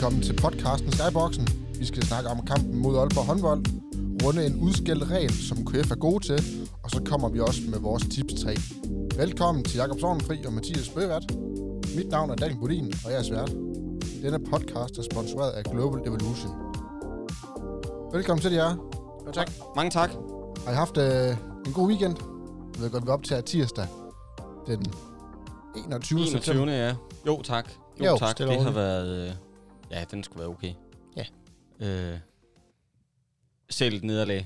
Velkommen til podcasten Skyboxen. Vi skal snakke om kampen mod Aalborg håndbold, runde en udskældt regel, som KF er gode til, og så kommer vi også med vores tips 3. Velkommen til Jakob Sorgenfri og Mathias Bøgevat. Mit navn er Daniel Bodin, og jeg er svært. Denne podcast er sponsoreret af Global Evolution. Velkommen til jer. Jo, tak. Mange tak. Har I haft en god weekend? Jeg ved godt, vi er op til tirsdag den 21. september. Ja. Jo, tak. Jo, tak. Det har været... ja, den skulle være okay. Ja. Selv et nederlag.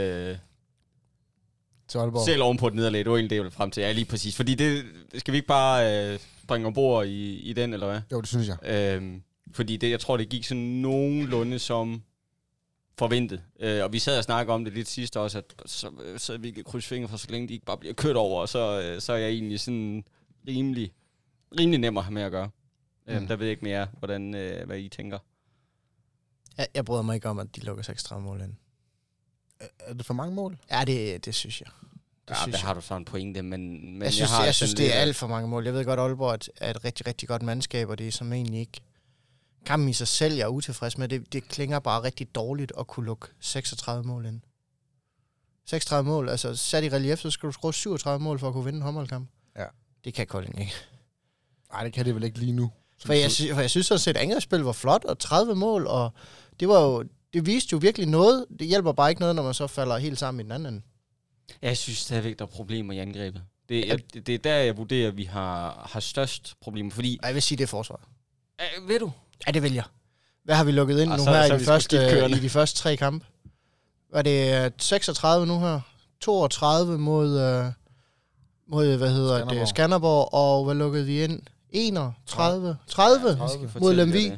Til Aalborg. Selv ovenpå et nederlag. Det var egentlig det, jeg ville frem til. Ja, lige præcis. Fordi det skal vi ikke bare springe ombord i den, eller hvad? Jo, det synes jeg. Fordi jeg tror, det gik sådan nogenlunde som forventet. Og vi sad og snakkede om det lidt sidst også, at så vi ikke krydse fingre for, så længe de ikke bare bliver kørt over, og så er jeg egentlig sådan rimelig nem at have med at gøre. Der ved jeg ikke mere, hvad I tænker. Jeg bryder mig ikke om, at de lukker 36 mål ind. Er det for mange mål? Ja, det synes jeg. Der har du så en pointe, men jeg synes det er alt for mange mål. Jeg ved godt, at Aalborg er et rigtig, rigtig godt mandskab, og det er som egentlig ikke... Kampen i sig selv, jeg er utilfreds med. Det klinger bare rigtig dårligt at kunne lukke 36 mål ind. 36 mål, altså sat i relief, så skal du score 37 mål for at kunne vinde en håndboldkamp. Ja. Det kan Kolding ikke. Nej, det kan det vel ikke lige nu. For jeg synes sådan set, at angrebsspil var flot, og 30 mål, og det viste jo virkelig noget. Det hjælper bare ikke noget, når man så falder helt sammen i den anden. Jeg synes stadigvæk, der er problemer i angrebet. Det er der, jeg vurderer, at vi har størst problemer, fordi... Jeg vil sige, det er forsvaret. Ved du? Ja, det vil jeg. Hvad har vi lukket ind nu her i de første 3 kampe? Var det 36 nu her? 32 mod Skanderborg, og hvad lukkede vi ind? 31? 30 mod Lemvig.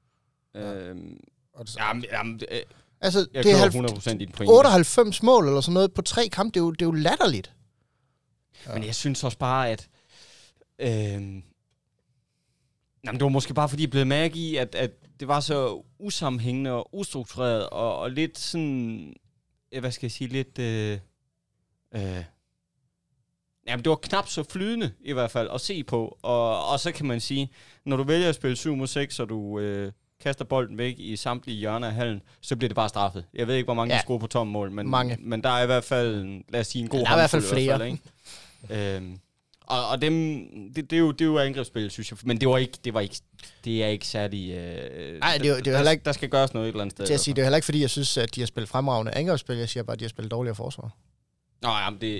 Altså, jeg det er 100% i din pointe. 98 mål eller sådan noget på 3 kampe, det er jo latterligt. Ja. Men jeg synes også bare, at... det var måske bare, fordi jeg blev mærke i, at det var så usammenhængende og ustruktureret, og lidt sådan... Hvad skal jeg sige? Lidt... Jamen, det var knap så flydende, i hvert fald, at se på. Og så kan man sige, når du vælger at spille 7 mod 6, og du kaster bolden væk i samtlige hjørner af hallen, så bliver det bare straffet. Jeg ved ikke, hvor mange der scorer på tomme mål, men der er i hvert fald, lad os sige, en god håndfuld. Der er i hvert fald flere. Og det er jo angrebsspil, synes jeg. Men det er ikke særlig... Nej, det er heller ikke... Der skal gøres noget et eller andet sted. Det er heller ikke, fordi jeg synes, at de har spillet fremragende angrebsspil. Jeg siger bare, at de har spillet dårligere forsvar. Nå, jamen det...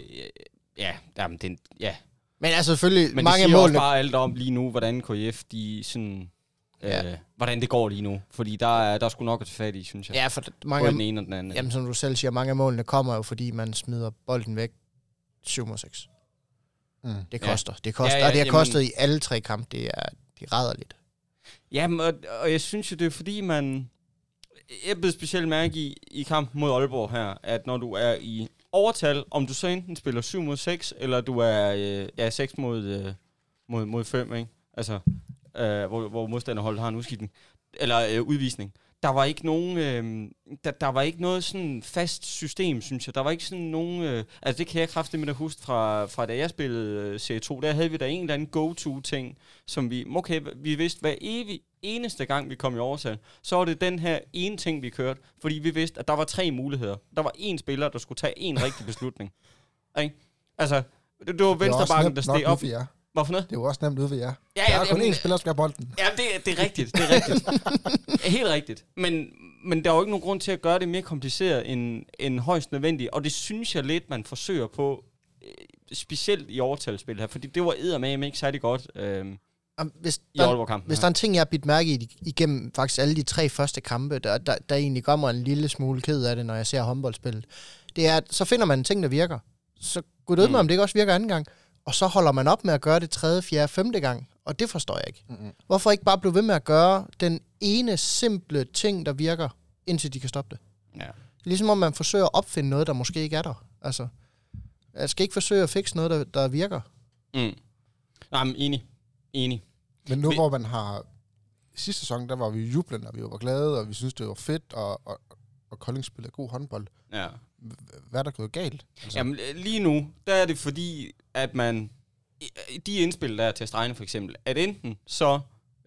Ja. Men altså selvfølgelig... Men mange det siger også bare alt om lige nu, hvordan KF, de sådan... hvordan det går lige nu. Fordi der er sgu nok at tage fat i, synes jeg. Ja, for mange... På den ene og den anden. Jamen, som du selv siger, mange af målene kommer jo, fordi man smider bolden væk 7 mod 6. Det koster. Det koster, og det har kostet i alle 3 kampe. Det er rædderligt. Jamen, og jeg synes jo, det er fordi, jeg blev specielt mærke i kampen mod Aalborg her, at når du er i overtal, om du så enten spiller 7 mod 6, eller du er 6 mod 5, ikke? Altså, hvor modstanderholdet har en udskiftning, eller udvisning. Der var ikke noget sådan fast system, synes jeg. Der var ikke sådan nogen... altså, det kan jeg kraftigt med at huske fra da jeg spillede Serie 2. Der havde vi da en eller anden go-to-ting, som vi vidste hver eneste gang, vi kom i overtal. Så var det den her ene ting, vi kørte. Fordi vi vidste, at der var 3 muligheder. Der var 1 spiller, der skulle tage en rigtig beslutning. Okay? Altså, det var venstrebakken, der steg op. Hvorfor noget? Det var også nemt ude ved jer. Der er kun én spiller, der skal have bolden. Ja, det er rigtigt. Helt rigtigt. Men der er jo ikke nogen grund til at gøre det mere kompliceret end højst nødvendigt. Og det synes jeg lidt, man forsøger på, specielt i overtalsspil her. Fordi det var eddermame ikke særlig godt i Aalborg-kampen. Hvis der er en ting, jeg har bidt mærke i igennem faktisk alle de 3 første kampe, der egentlig kommer en lille smule ked af det, når jeg ser håndboldspillet, det er, at så finder man en ting, der virker. Så gud ud med, om det ikke også virker anden gang. Og så holder man op med at gøre det 3., 4., 5. gang. Og det forstår jeg ikke. Hvorfor ikke bare blive ved med at gøre den ene simple ting, der virker, indtil de kan stoppe det? Ja. Ligesom om man forsøger at opfinde noget, der måske ikke er der. Altså, jeg skal ikke forsøge at fikse noget, der virker. Nej, men enig. Men nu hvor man har... Sidste sæson, der var vi jublende, og vi var glade, og vi synes det var fedt, og Kolding spiller god håndbold. Ja. Hvad er der gået galt? Altså? Jamen, lige nu, der er det fordi, at man... De indspil, der er til stregene for eksempel, at enten så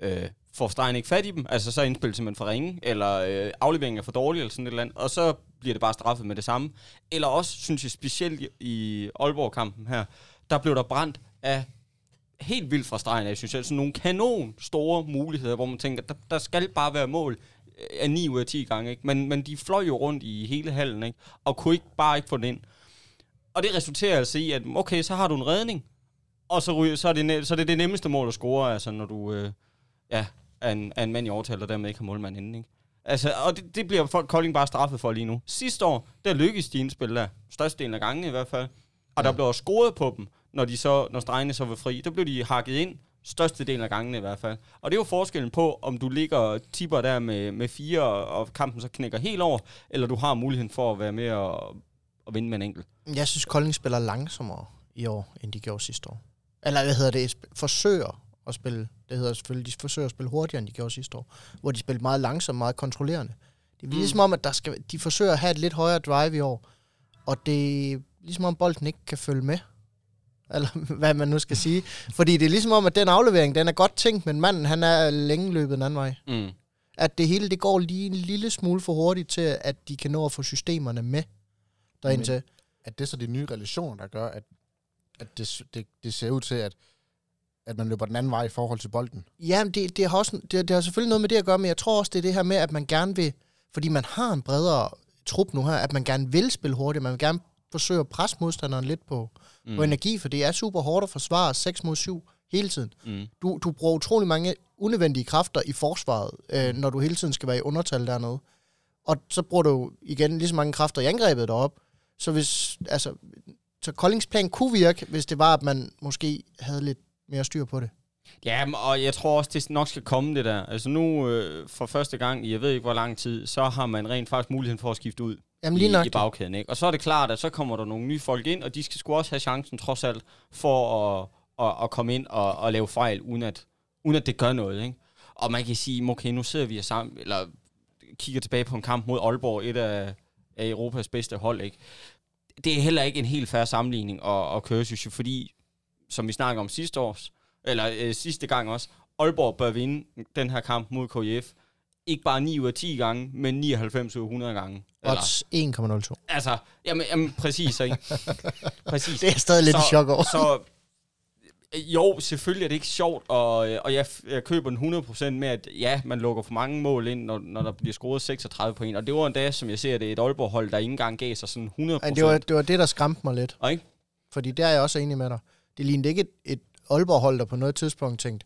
får stregen ikke fat i dem, altså så er indspillet simpelthen for ringe, eller afleveringen er for dårlig, eller sådan et eller andet, og så bliver det bare straffet med det samme. Eller også, synes jeg specielt i Aalborg-kampen her, der blev der brændt af helt vildt fra stregen af, synes jeg, sådan nogle kanon store muligheder, hvor man tænker, der skal bare være mål af 9 ud af 10 gange, ikke? Men de fløj jo rundt i hele hallen, ikke? Og kunne bare ikke få den ind. Og det resulterer altså i, at okay, så har du en redning, og så er det nemmeste mål at score, altså når du er en mand i overtal, og dermed ikke har målmand inden, ikke? Altså, og det bliver Kolding bare straffet for lige nu. Sidste år, der lykkedes de indspil der, størstedelen af gangene i hvert fald, og der blev også scoret på dem, når stregene så var fri. Der blev de hakket ind, størstedelen af gangene i hvert fald. Og det er jo forskellen på, om du ligger og tipper der med 4, og kampen så knækker helt over, eller du har muligheden for at være med og vinde med en enkelt. Jeg synes, Kolding spiller langsommere i år, end de gjorde sidste år. Eller hvad hedder det? Forsøger at spille. Det hedder selvfølgelig, de forsøger at spille hurtigere, end de gjorde sidste år. Hvor de spillede meget langsomt, meget kontrollerende. Det er ligesom om, at de forsøger at have et lidt højere drive i år. Og det er ligesom om, bolden ikke kan følge med. Eller hvad man nu skal sige. Fordi det er ligesom om, at den aflevering, den er godt tænkt, men manden, han er længe løbet den anden vej. Mm. At det hele, det går lige en lille smule for hurtigt til, at de kan nå at få systemerne med derind til. At det er så de nye relationer, der gør, at det ser ud til, at man løber den anden vej i forhold til bolden. Ja, det har selvfølgelig noget med det at gøre, men jeg tror også, det er det her med, at man gerne vil, fordi man har en bredere trup nu her, at man gerne vil spille hurtigt, man vil gerne forsøge at presse modstanderen lidt på energi, for det er super hårdt at forsvare 6 mod 7 hele tiden. Mm. Du bruger utrolig mange unødvendige kræfter i forsvaret, når du hele tiden skal være i undertal dernede. Og så bruger du igen lige så mange kræfter i angrebet derop. Så Koldings plan kunne virke, hvis det var, at man måske havde lidt mere styr på det. Ja, og jeg tror også, det nok skal komme det der. Altså nu, for første gang i jeg ved ikke hvor lang tid, så har man rent faktisk muligheden for at skifte ud i bagkæden, ikke? Og så er det klart, at så kommer der nogle nye folk ind, og de skal sgu også have chancen trods alt for at komme ind og lave fejl, uden at det gør noget, ikke? Og man kan sige, okay, nu sidder vi sammen, eller kigger tilbage på en kamp mod Aalborg, et af Europas bedste hold, ikke? Det er heller ikke en helt fair sammenligning at køre, synes jeg, fordi, som vi snakker om sidste gang også, Aalborg bør vinde den her kamp mod KIF. Ikke bare 9 ud af 10 gange, men 99 ud af 100 gange. Odds 1,02. Altså, jamen præcis, ikke? Præcis. Det er stadig lidt chok over. Så, jo, selvfølgelig er det ikke sjovt, og jeg køber den 100% med, at ja, man lukker for mange mål ind, når der bliver scoret 36 point. Og det var en dag, som jeg ser, det er et Aalborg-hold, der ikke engang gav sig sådan 100%. Ej, det var det, der skræmte mig lidt. Og ikke? Fordi der er jeg også enig med dig. Det lignede ikke et Aalborg-hold, der på noget tidspunkt tænkte,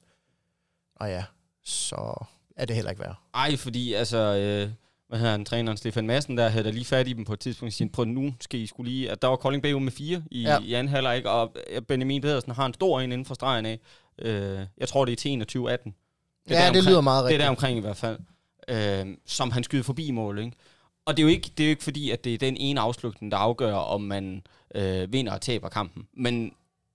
så er det heller ikke værd. Ej, fordi altså, træneren Stefan Madsen, der havde der lige fat i dem på et tidspunkt, siger, på nu skal I skulle lige, at der var Kolding bagud med 4 i anden halvleg, og Benjamin Pedersen har en stor en inden for stregen af. Jeg tror, det er til 21-18. Det lyder meget rigtigt. Det er der omkring i hvert fald. Som han skyder forbi mål, ikke? Og det er jo ikke fordi, at det er den ene afslutning, der afgør, om man vinder og taber kampen. Men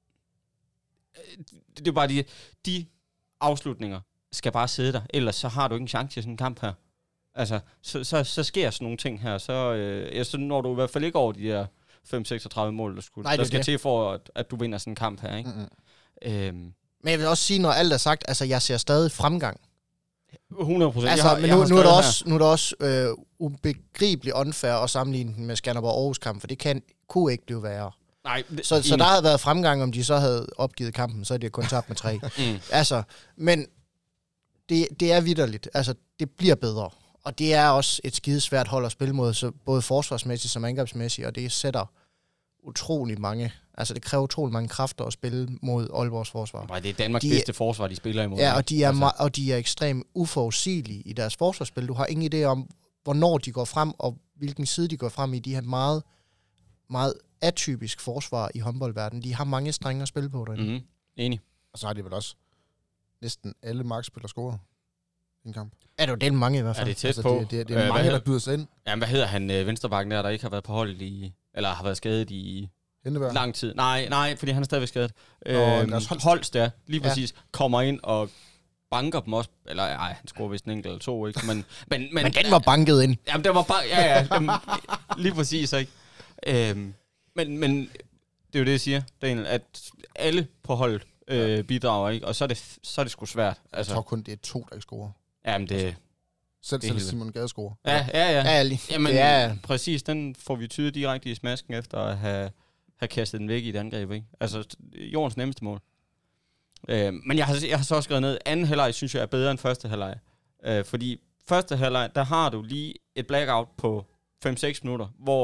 det er bare de afslutninger skal bare sidde der, ellers så har du ikke en chance i sådan en kamp her. Altså, så sker sådan nogle ting her, så når du i hvert fald ikke over de der 5-36 mål, der skal til for, at du vinder sådan en kamp her, ikke? Men jeg vil også sige, når alt er sagt, altså jeg ser stadig fremgang. 100%. Altså, men nu er det også ubegribeligt unfair at sammenligne den med Skanderborg Aarhus-kamp, for det kunne ikke blive værre. Nej, så der havde været fremgang, om de så havde opgivet kampen, så havde de kun tabt med 3. Altså, men det er vitterligt. Altså, det bliver bedre. Og det er også et skidesvært hold at spille mod, så både forsvarsmæssigt som angrebsmæssigt, og det sætter utrolig mange, altså det kræver utrolig mange kræfter at spille mod Aalborgs forsvar. Nej, det er Danmarks bedste forsvar, de spiller imod. Ja, og de er ekstremt uforudsigelige i deres forsvarsspil. Du har ingen idé om, hvornår de går frem, og hvilken side de går frem i. De har meget, meget atypisk forsvar i håndboldverdenen. De har mange strenge at spille på derinde. Mm-hmm. Enig. Og så har de vel også næsten alle markspillere scoret i en kamp. Er det jo den mange i hvert fald? Er det tæt på? Det er mange, der byder sig ind. Jamen, hvad hedder han, venstrebakken der ikke har været på holdet i, eller har været skadet i Hindeberg. Lang tid? Nej, fordi han er stadigvæk skadet. Holst der, lige præcis, kommer ind og banker dem også, eller han scorer vist en enkelt eller 2, ikke? Men den var banket ind. Jamen, den var lige præcis, ikke? Men det er jo det, jeg siger, Daniel, at alle på holdet bidrager, ikke? Og så er det sgu svært. Altså, Jeg tror kun, det er 2, der ikke scorer. Jamen, det Selv helt Simon Gade scorer. Ja. Jamen, ja. præcis, den får vi tydet direkte i smasken, efter at have kastet den væk i et angreb, ikke? Altså, jordens nemmeste mål. Men jeg har så også skrevet ned, anden halvleg synes jeg er bedre end første halvleg. Fordi første halvleg, der har du lige et blackout på 5-6 minutter,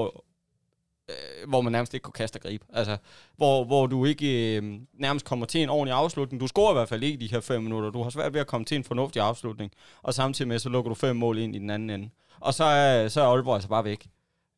hvor man nærmest ikke kunne kaste og gribe. Altså, hvor du ikke nærmest kommer til en ordentlig afslutning. Du scorer i hvert fald ikke de her 5 minutter. Du har svært ved at komme til en fornuftig afslutning. Og samtidig med, så lukker du 5 mål ind i den anden ende. Og så er Aalborg altså bare væk.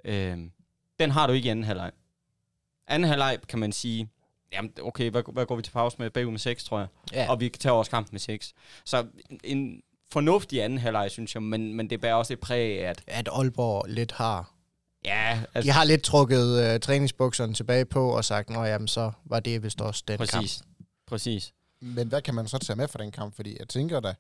Den har du ikke i anden halvleg. Anden halvleg kan man sige, jamen okay, hvad går vi til pause med? Bagud med 6, tror jeg. Ja. Og vi kan tage vores kamp med 6. Så en fornuftig anden halvleg, synes jeg. Men det bærer også et præg af, At Aalborg lidt har... Ja, altså, De har lidt trukket træningsbukserne tilbage på og sagt, nå jamen, så var det vist også den kamp. Præcis. Men hvad kan man så tage med for den kamp? Fordi jeg tænker da,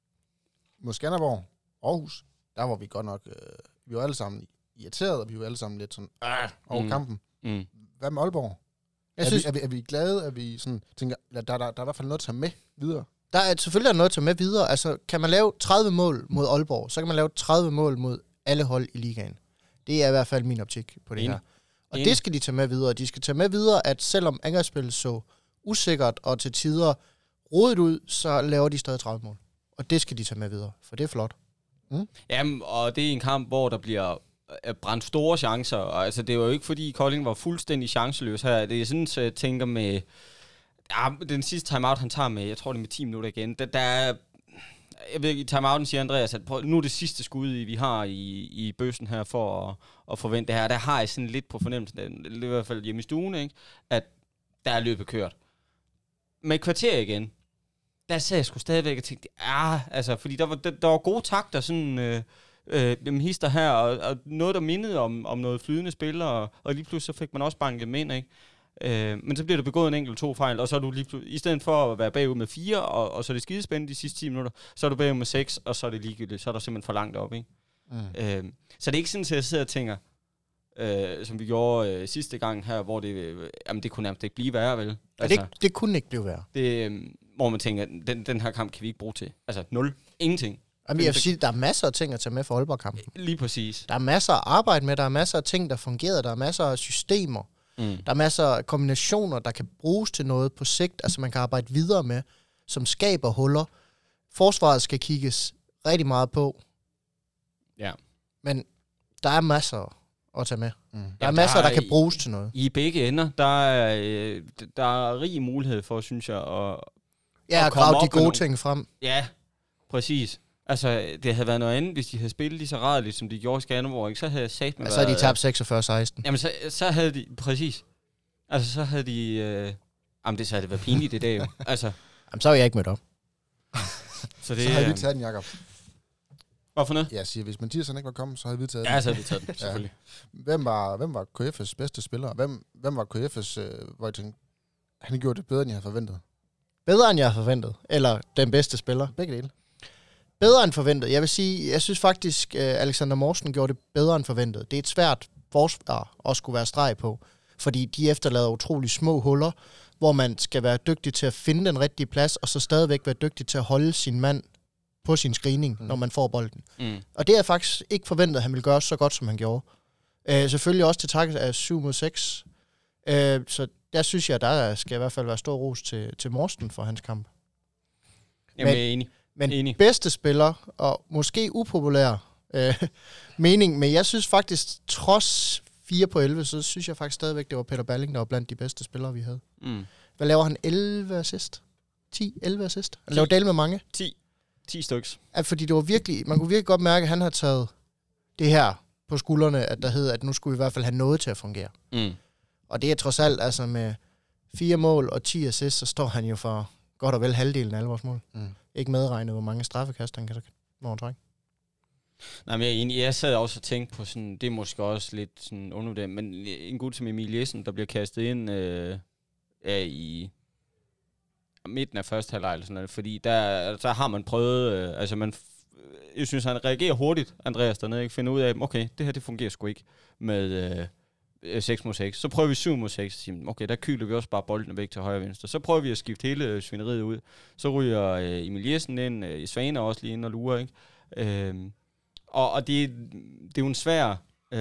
mod Skanderborg, Aarhus, der var vi godt nok, vi var alle sammen irriteret, og vi var alle sammen lidt sådan, over kampen. Mm. Hvad med Aalborg? Er vi glade? Er vi sådan, tænker, der er i hvert fald noget at tage med videre? Der er selvfølgelig noget at tage med videre. Altså, kan man lave 30 mål mod Aalborg, så kan man lave 30 mål mod alle hold i ligaen. Det er i hvert fald min optik på det her. Og det skal de tage med videre. De skal tage med videre, at selvom angrebsspillet så usikkert og til tider rodet ud, så laver de stadig 30 mål. Og det skal de tage med videre, for det er flot. Jamen, og det er en kamp, hvor der bliver brændt store chancer. Og altså, det var jo ikke, fordi Kolding var fuldstændig chanceløs her. Det er sådan, så jeg tænker med... Ja, den sidste timeout, han tager med, jeg tror det er med 10 minutter igen. Der er... Jeg ved ikke, i timeouten siger Andreas, at nu er det sidste skud, vi har i bøssen her for at forvente det her. Der har jeg sådan lidt på fornemmelsen, det er i hvert fald hjemme i stuen, ikke? At der er løbet kørt. Med et kvarter igen, der sad jeg sgu stadigvæk og tænkte, altså, fordi der var gode takter, sådan hister her, og noget, der mindede om noget flydende spil, og lige pludselig så fik man også banket dem ind, ikke? Men så bliver der begået en enkelt 2 fejl, og så er du lige i stedet for at være bagud med 4, og så er det skidespændende de sidste 10 minutter, så er du bagud med 6, og så er det ligegyldigt, så er der simpelthen for langt op, ikke? Så det er ikke sådan, at jeg sidder og tænker, som vi gjorde sidste gang her, hvor det kunne nærmest ikke blive værre, vel? Altså, det kunne ikke blive værre. Det, hvor man tænker, den her kamp kan vi ikke bruge til. Altså 0. Ingenting. Jamen, jeg vil sige, der er masser af ting at tage med for Aalborg-kampen. Lige præcis. Der er masser at arbejde med, der er masser af ting, der fungerer, der er masser af systemer. Der er masser af kombinationer, der kan bruges til noget på sigt, altså man kan arbejde videre med, som skaber huller. Forsvaret skal kigges rigtig meget på. Ja. Men der er masser at tage med. Der er masser, der kan bruges til noget. I begge ender, der er rig mulighed for, synes jeg, at grave de gode ting frem. Ja, præcis. Altså, det havde været noget andet, hvis de havde spillet lige så rædeligt, som de gjorde i Skanderborg, ikke? Så havde jeg sagt med så havde de tabt 46-16. Jamen, så havde de... Præcis. Altså, så havde de... jamen, så havde det været pinligt det dag, jo. Altså. Jamen, så har jeg ikke mødt op. så havde vi taget den, Jacob. Hvorfor noget? Ja, siger, hvis Mathiasen ikke var kommet, så havde vi taget den. Ja, så havde vi taget den, selvfølgelig. Hvem var KF's bedste spiller? Hvem var KF's, hvor jeg tænkte, han gjorde det bedre, end jeg havde forventet? Bedre, end jeg havde forventet? Eller den bedste spiller? Begge dele. Bedre end forventet. Jeg vil sige, jeg synes faktisk, Alexander Morsen gjorde det bedre end forventet. Det er et svært forsvar at skulle være streg på, fordi de efterlader utrolig små huller, hvor man skal være dygtig til at finde den rigtige plads, og så stadigvæk være dygtig til at holde sin mand på sin screening, når man får bolden. Og det er faktisk ikke forventet, at han ville gøre så godt, som han gjorde. Selvfølgelig også til takke af 7-6. Så der synes jeg, der skal i hvert fald være stor ros til Morsten for hans kamp. Jamen, jeg er enig. Men bedste spiller, og måske upopulær mening, men jeg synes faktisk, trods 4 på 11, så synes jeg faktisk stadigvæk, det var Peter Balling, der var blandt de bedste spillere, vi havde. Hvad laver han? 11 assist? 11 assist? Han laver del med mange? 10 styks. Fordi det var virkelig, man kunne virkelig godt mærke, at han har taget det her på skuldrene, at der hed, at nu skulle vi i hvert fald have noget til at fungere. Og det er trods alt, altså med 4 mål og 10 assists, så står han jo for godt og vel halvdelen af alle vores mål. Ikke medregnet, hvor mange straffekast han kan trække. Nej, men jeg er enig. Jeg sad også og tænkte på sådan, det er måske også lidt sådan undervurderet, men en gut som Emil Jessen, der bliver kastet ind i midten af første halvleg eller sådan noget, fordi der har man prøvet, jeg synes, han reagerer hurtigt, Andreas dernede, ikke? Finder ud af, okay, det her, det fungerer sgu ikke med 6 mod 6. Så prøver vi 7 mod 6. Så siger man, okay, der kyler vi også bare boldene væk til højre og venstre. Så prøver vi at skifte hele svineriet ud. Så ryger Emil Jessen ind. Svane også lige ind og lurer, ikke? Og det er jo en svær...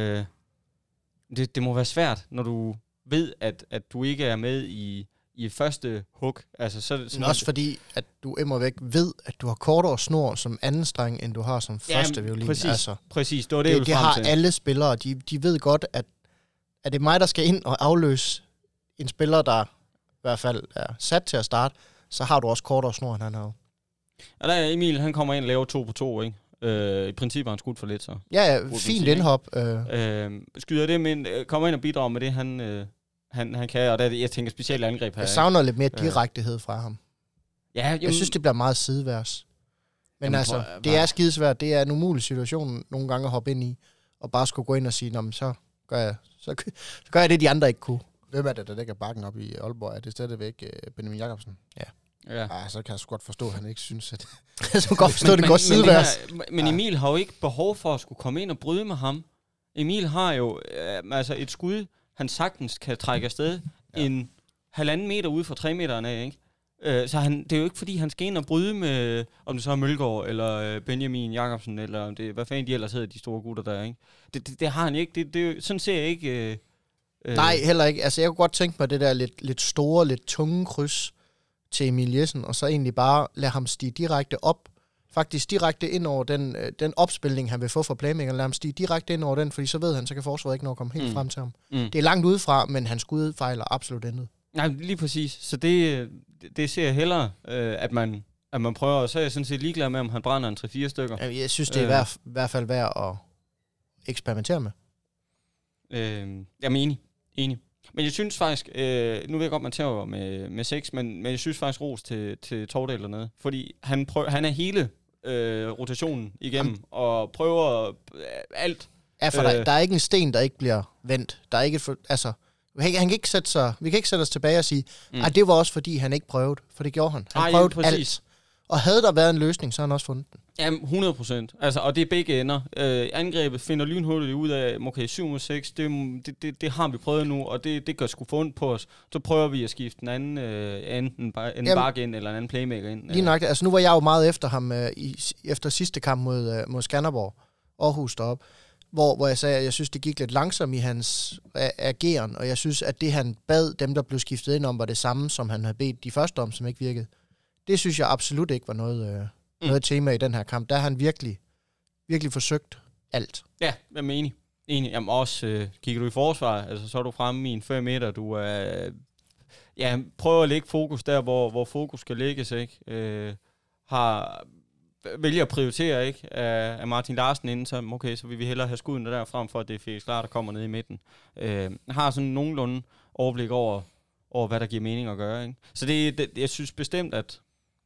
Det må være svært, når du ved, at du ikke er med i første hug. Altså, men også fordi, at du væk ved, at du har kortere snor som anden streng, end du har som første violin. Præcis. Det var det har alle spillere. De ved godt, at det er mig, der skal ind og afløse en spiller, der i hvert fald er sat til at starte, så har du også kortere snor, end han har. Og der er Emil, han kommer ind og laver 2 på 2, ikke? I princippet har han skudt for lidt, så. Ja, fint indhop. Skyder det, men kommer ind og bidrager med det, han kan, og jeg tænker specielt angreb her. Jeg savner lidt mere direktehed fra ham. Ja, jeg synes, det bliver meget sideværs. Men jamen, altså, det er skidesvært. Det er en umulig situation nogle gange at hoppe ind i, og bare skulle gå ind og sige, så gør jeg det, de andre ikke kunne. Hvem er det, der lægger bakken op i Aalborg? Er det stadigvæk Benjamin Jacobsen? Ja. Så kan jeg sgu godt forstå, at han ikke synes, at... så kan godt forstå, at det går sideværs. Men Emil har jo ikke behov for at skulle komme ind og bryde med ham. Emil har jo et skud, han sagtens kan trække afsted en 1,5 meter ude fra 3 meteren af, ikke? Så det er jo ikke, fordi han skal ind og bryde med, om det så er Mølgaard, eller Benjamin Jacobsen, eller det, hvad fanden de ellers hedder, de store gutter der, ikke? Det har han ikke. Sådan ser jeg ikke... Nej, heller ikke. Altså, jeg kunne godt tænke mig det der lidt store, lidt tunge kryds til Emil Jessen, og så egentlig bare lade ham stige direkte op. Faktisk direkte ind over den opspilning, han vil få fra playmaker. Lad ham stige direkte ind over den, fordi så ved han, så kan forsvaret ikke nå at komme helt frem til ham. Det er langt udefra, men hans skud fejler absolut intet. Nej, lige præcis. Så det ser jeg hellere, at man prøver, og så er jeg sådan set ligeglad med, om han brænder en 3-4 stykker. Jeg synes, det er i hvert fald værd at eksperimentere med. Jeg er enig. Men jeg synes faktisk, nu ved jeg godt, man tager med 6, men jeg synes faktisk ros til Tordal dernede. Fordi han er hele rotationen igennem, og prøver alt. Ja, for der er ikke en sten, der ikke bliver vendt. Der er ikke han kan ikke vi kan ikke sætte os tilbage og sige, det var også fordi, han ikke prøvede. For det gjorde han. Han prøvede alt. Og havde der været en løsning, så har han også fundet den. Jamen, 100%. Altså, og det er begge ender. Angrebet finder lynhurtigt ud af, okay, 7 mod 6, det har vi prøvet nu, og det gør sgu få ondt på os. Så prøver vi at skifte en anden enten back ind, eller en anden playmaker ind. Lige nok. Altså, nu var jeg jo meget efter ham efter sidste kamp mod Skanderborg, Aarhus deroppe, hvor jeg sagde, at jeg synes, det gik lidt langsomt i hans ageren, og jeg synes, at det, han bad dem, der blev skiftet ind om, var det samme, som han havde bedt de første om, som ikke virkede. Det synes jeg absolut ikke var noget tema i den her kamp. Der har han virkelig, virkelig forsøgt alt. Ja, jeg er enig. Jamen også, kigger du i forsvar, altså så er du fremme i en 5 meter, du prøver at lægge fokus der, hvor fokus skal lægges, ikke? Vælger at prioritere, ikke? Af Martin Larsen inden, så okay, så vil vi hellere have skuddene der, frem for at det er Felix Klar, der kommer ned i midten. Har sådan nogenlunde overblik over, hvad der giver mening at gøre, ikke? Så jeg synes bestemt, at...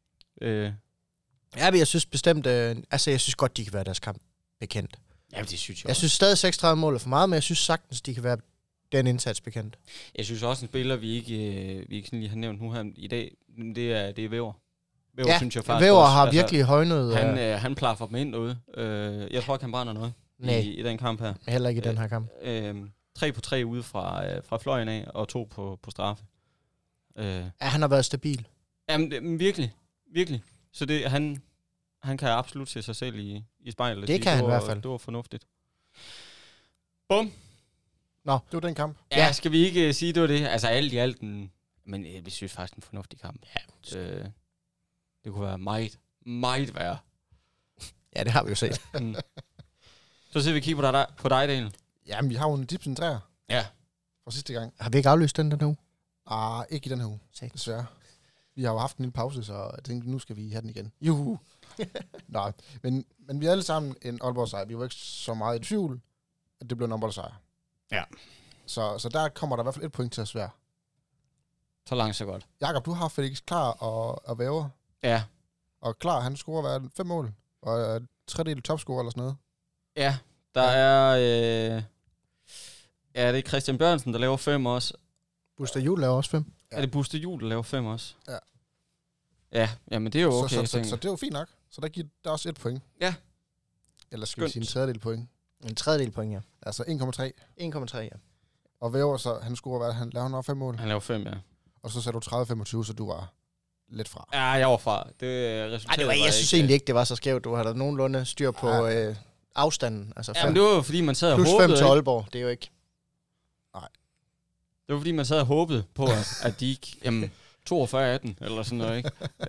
jeg synes bestemt... jeg synes godt, de kan være deres kamp bekendt. Ja, det synes jeg også. Synes stadig 36 mål er for meget, men jeg synes sagtens, de kan være den indsats bekendt. Jeg synes også, en spiller, vi ikke sådan lige har nævnt nu her i dag, det er Væver. Væver, synes jeg faktisk Væver også, har virkelig højnet... Han plaffer dem ind derude. Jeg tror ikke, han brænder noget i den kamp her. Heller ikke i den her kamp. 3 på 3 ude fra fløjen af, og 2 på straffe. Han har været stabil. Jamen, virkelig. Virkelig. Så han kan absolut se sig selv i spejlet. Det kan han i hvert fald. Det var fornuftigt. Bum. Nå, det var den kamp. Ja, skal vi ikke sige, det var det? Altså alt i alt, men vi synes faktisk en fornuftig kamp. Ja. Det kunne være meget, meget værre. Ja, det har vi jo set. Så ser vi kigge på dig, Daniel. Jamen, vi har jo en tipsen træer. Ja. Fra sidste gang. Har vi ikke aflyst den der nu? Ikke i den her uge, desværre. Vi har jo haft en lille pause, så jeg tænkte, nu skal vi have den igen. Juhu. Nej, men vi er alle sammen en Aalborg-sejr. Vi var ikke så meget i tvivl, at det blev en Aalborg-sejr. Ja. Så der kommer der i hvert fald 1 point til at svære. Så langt, så godt. Jakob, du har Felix Klar og Væver. Ja. Og Klar, han scorer 5 mål. Og er 3. topscorer eller sådan noget. Ja, der er... det er Christian Bjørnsen, der laver 5 også. Buster Juhl laver også 5. Ja. Er det Buster Juhl, der laver 5 også? Ja. Ja, jamen det er jo okay. Så det er jo fint nok. Så der giver der også 1 point. Ja. Eller skal vi sige en 3. point? En 3. point, ja. Altså 1,3. 1,3, ja. Og Væver, så han scorer, han laver 5 mål. Han laver 5, ja. Og så sagde du 30-25, så du var lidt fra. Ja, jeg var fra. Jeg synes egentlig ikke, det var så skævt. Du har da nogenlunde styr på afstanden. Altså men det var fordi, man sad og plus håbede. Plus 5 til Aalborg, det er jo ikke... Nej. Det var fordi, man sad og håbede på, at de ikke... Jamen, 42-18, eller sådan noget, ikke?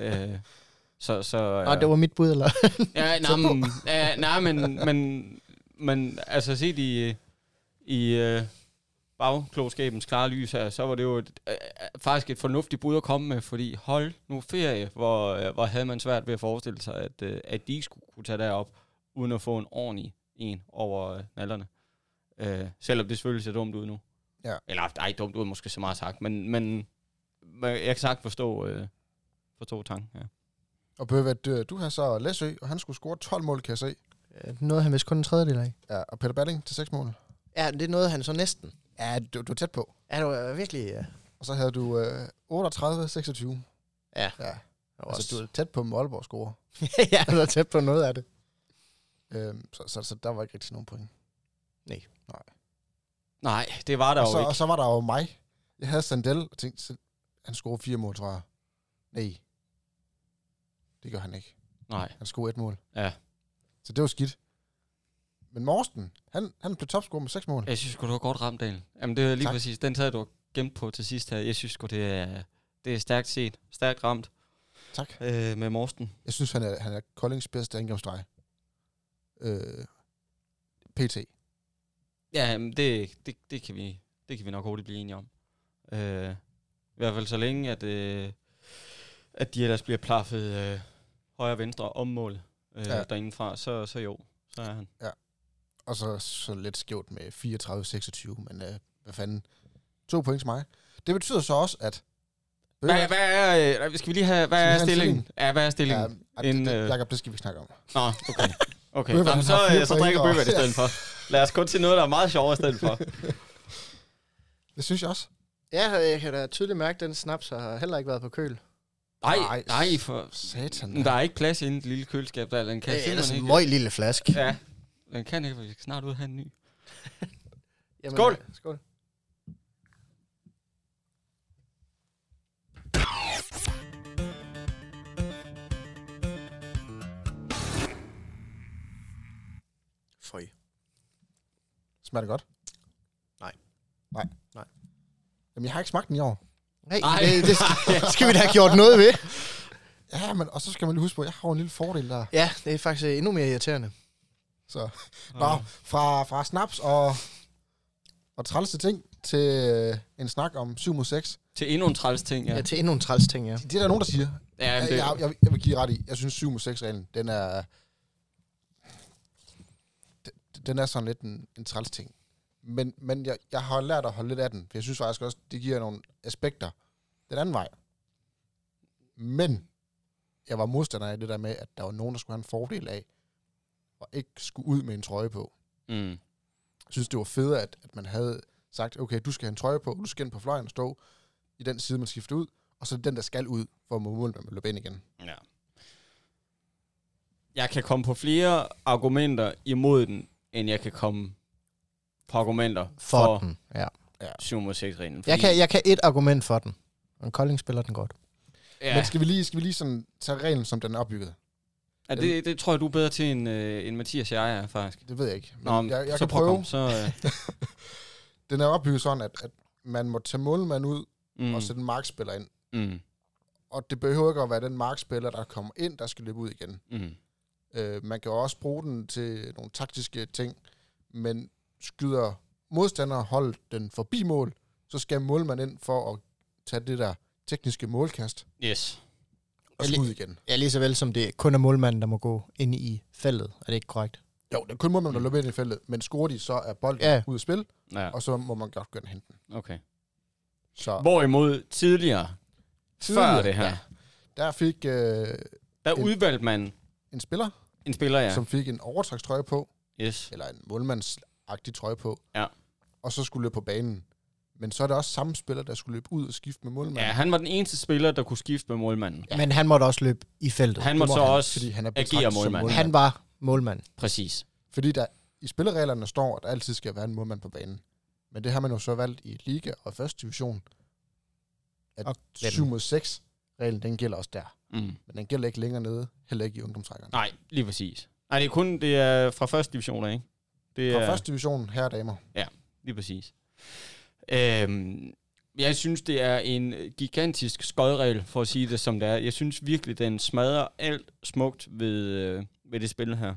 Det var mit bud, eller? men altså set i bagklogskabens klare lys her, så var det jo faktisk et fornuftigt bud at komme med, fordi hold nu ferie, hvor havde man svært ved at forestille sig, at de ikke skulle kunne tage derop, uden at få en ordentlig en over nallerne. Selvom det selvfølgelig ser dumt ud nu. Ja. Eller ej, dumt ud måske så meget sagt, men jeg kan sagt forstå tanken, ja. Og Bøvet, du har så Læsø, og han skulle score 12 mål, kan jeg se. Noget han vist kun en tredjedel af. Ja, og Peter Balling til 6 mål. Ja, det nåede han så næsten. Ja, du er tæt på. Ja, det var virkelig... Ja. Og så havde du 38-26. Ja. Altså, du er tæt på Aalborg score. Ja, du er tæt på noget af det. Så der var ikke rigtig nogen point. Nej, det var der jo ikke. Og så var der jo mig. Jeg havde Sandel, og tænkte, han scorede 4 mål, tror jeg. Nej. Det gør han ikke. Nej. Han scorede 1 mål. Ja. Så det var skidt. Men Morsten, han blev topscorer med 6 mål. Jeg synes sgu, du var godt ramt, Daniel. Jamen, det er lige præcis. Den tager du gemt på til sidst her. Jeg synes sgu, det er stærkt set. Stærkt ramt. Tak. Med Morsten. Jeg synes, han er Koldings bedste angrebsstreg. PT. Ja, men det kan vi nok hurtigt blive enige om. I hvert fald så længe, at de ellers bliver plaffet højre og venstre om mål derindefra, så jo, så er han. Ja. Og så lidt skævt med 34-26, men hvad fanden. 2 point til mig. Det betyder så også, at... Skal vi lige have... Hvad er stillingen? Ja, hvad er stillingen? Jakob, det skal vi snakke om. Nå, okay. Jamen, så drikker Bøvert i stedet for. Lad os gå til noget, der er meget sjovere i stedet for. Det synes jeg også. Ja, jeg kan da tydeligt mærke, at den snaps har heller ikke været på køl. Nej, for satan. Der er ikke plads i en lille køleskab, der den kan ellers en møg lille flaske. Ja, den kan ikke, for vi skal snart ud og have en ny. Jamen, skål! Skål. Føj. Smager det godt? Nej. Jamen, jeg har ikke smagt den i år. Nej, det skal vi da have gjort noget ved. Ja, men og så skal man lige huske på, at jeg har en lille fordel der. Ja, det er faktisk endnu mere irriterende. Så fra snaps og trælse ting til en snak om 7/6. Til endnu en træls ting, ja. Ja, til endnu en træls ting, ja. Det er der nogen, der siger. Ja, jeg vil give ret i. Jeg synes 7/6-reglen, den er sådan lidt en træls ting. Men jeg har lært at holde lidt af den, for jeg synes faktisk også, det giver nogle aspekter den anden vej. Men jeg var modstander af det der med, at der var nogen, der skulle have en fordel af, og ikke skulle ud med en trøje på. Mm. Jeg synes, det var fedt, at man havde sagt, okay, du skal have en trøje på, du skal ind på fløjen og stå i den side, man skifter ud, og så den, der skal ud, for at måle, man løber ind igen. Ja. Jeg kan komme på flere argumenter imod den, end jeg kan komme på argumenter for den. Ja. 7/6-reglen. Jeg kan et argument for den. Og Kolding spiller den godt. Ja. Men skal vi lige sådan tage reglen, som den er opbygget? Ja, det tror jeg, du er bedre til end Mathias og jeg er, faktisk. Det ved jeg ikke. Men jeg kan prøve. Så, den er opbygget sådan, at man må tage målmand ud og sætte en markspiller ind. Mm. Og det behøver ikke at være den markspiller, der kommer ind, der skal løbe ud igen. Mm. Man kan jo også bruge den til nogle taktiske ting, men skyder modstandere holde den forbi mål, så skal målmand ind for at tage det der tekniske målkast. Yes. Og skud igen. Ja, lige så vel som det kun er målmanden, der må gå ind i feltet. Er det ikke korrekt? Jo, det er kun målmanden, der løber ind i feltet, men scorer de, så er bolden ud af spil, og så må man godt gå ind og hente den. Okay. Så hvorimod tidligere før det her, der fik... der udvalgte man en spiller, ja. Som fik en overtrækstrøje på, yes. Eller en målmandsagtig trøje på, ja. Og så skulle løbe på banen. Men så er det også samme spiller, der skulle løbe ud og skifte med målmanden. Ja, han var den eneste spiller, der kunne skifte med målmanden. Ja. Men han måtte også løbe i feltet. Han måtte så også fordi han agere målmand. Han var målmand. Præcis. Fordi der i spillereglerne står, at der altid skal være en målmand på banen. Men det har man jo så valgt i liga og første division, at 7-mod-6 reglen, den gælder også der. Men den gælder ikke længere nede, heller ikke i ungdomstrækkerne. Nej, lige præcis. Nej, det er fra første division, ikke? Fra første division, herre og damer. Ja, lige præcis. Jeg synes, det er en gigantisk skodregel, for at sige det som det er. Jeg synes virkelig, den smadrer alt smukt ved det spil her.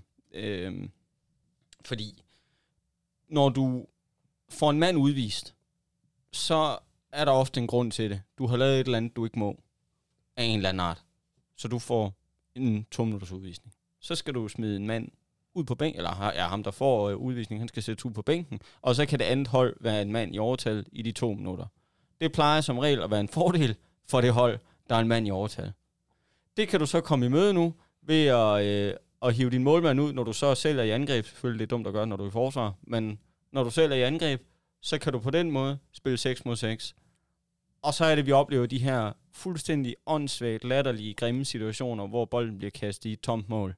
Fordi når du får en mand udvist, så er der ofte en grund til det. Du har lavet et eller andet, du ikke må, af en eller anden art. Så du får en 2-minutters udvisning. Så skal du smide en mand ud på bænken, eller ham, der får udvisning, han skal sætte ud på bænken, og så kan det andet hold være en mand i overtal i de 2 minutter. Det plejer som regel at være en fordel for det hold, der er en mand i overtal. Det kan du så komme i møde nu, ved at hive din målmand ud, når du så selv er i angreb. Selvfølgelig det er dumt at gøre, når du er i forsvar, men når du selv er i angreb, så kan du på den måde spille 6-mod-6. Og så er det, vi oplever de her fuldstændig åndssvagt, latterlige, grimme situationer, hvor bolden bliver kastet i et tomt mål.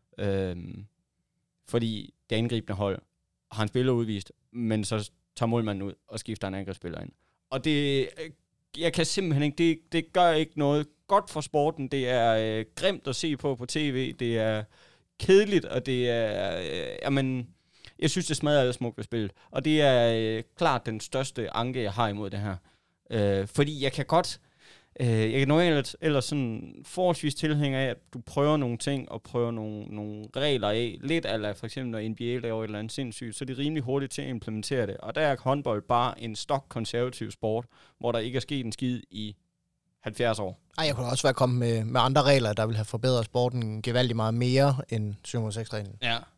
Fordi det angribende hold har en spiller udvist, men så tager målmanden ud og skifter en angrebsspiller ind. Og jeg kan simpelthen ikke, det gør ikke noget godt for sporten. Det er grimt at se på tv. Det er kedeligt, og det er, jeg synes, det smadrer alt smukt ved spillet. Og det er klart den største anke, jeg har imod det her. Fordi jeg kan godt, jeg kan normalt ellers sådan forholdsvis tilhænger af, at du prøver nogle ting og prøver nogle regler af. Lidt eller for eksempel når NBA laver et eller andet sindssygt, så er det rimelig hurtigt til at implementere det. Og der er håndbold bare en stok-konservativ sport, hvor der ikke er sket en skid i 70 år. Ej, jeg kunne også være kommet med andre regler, der vil have forbedret sporten gevaldigt meget mere end 7-mod-6-reglen.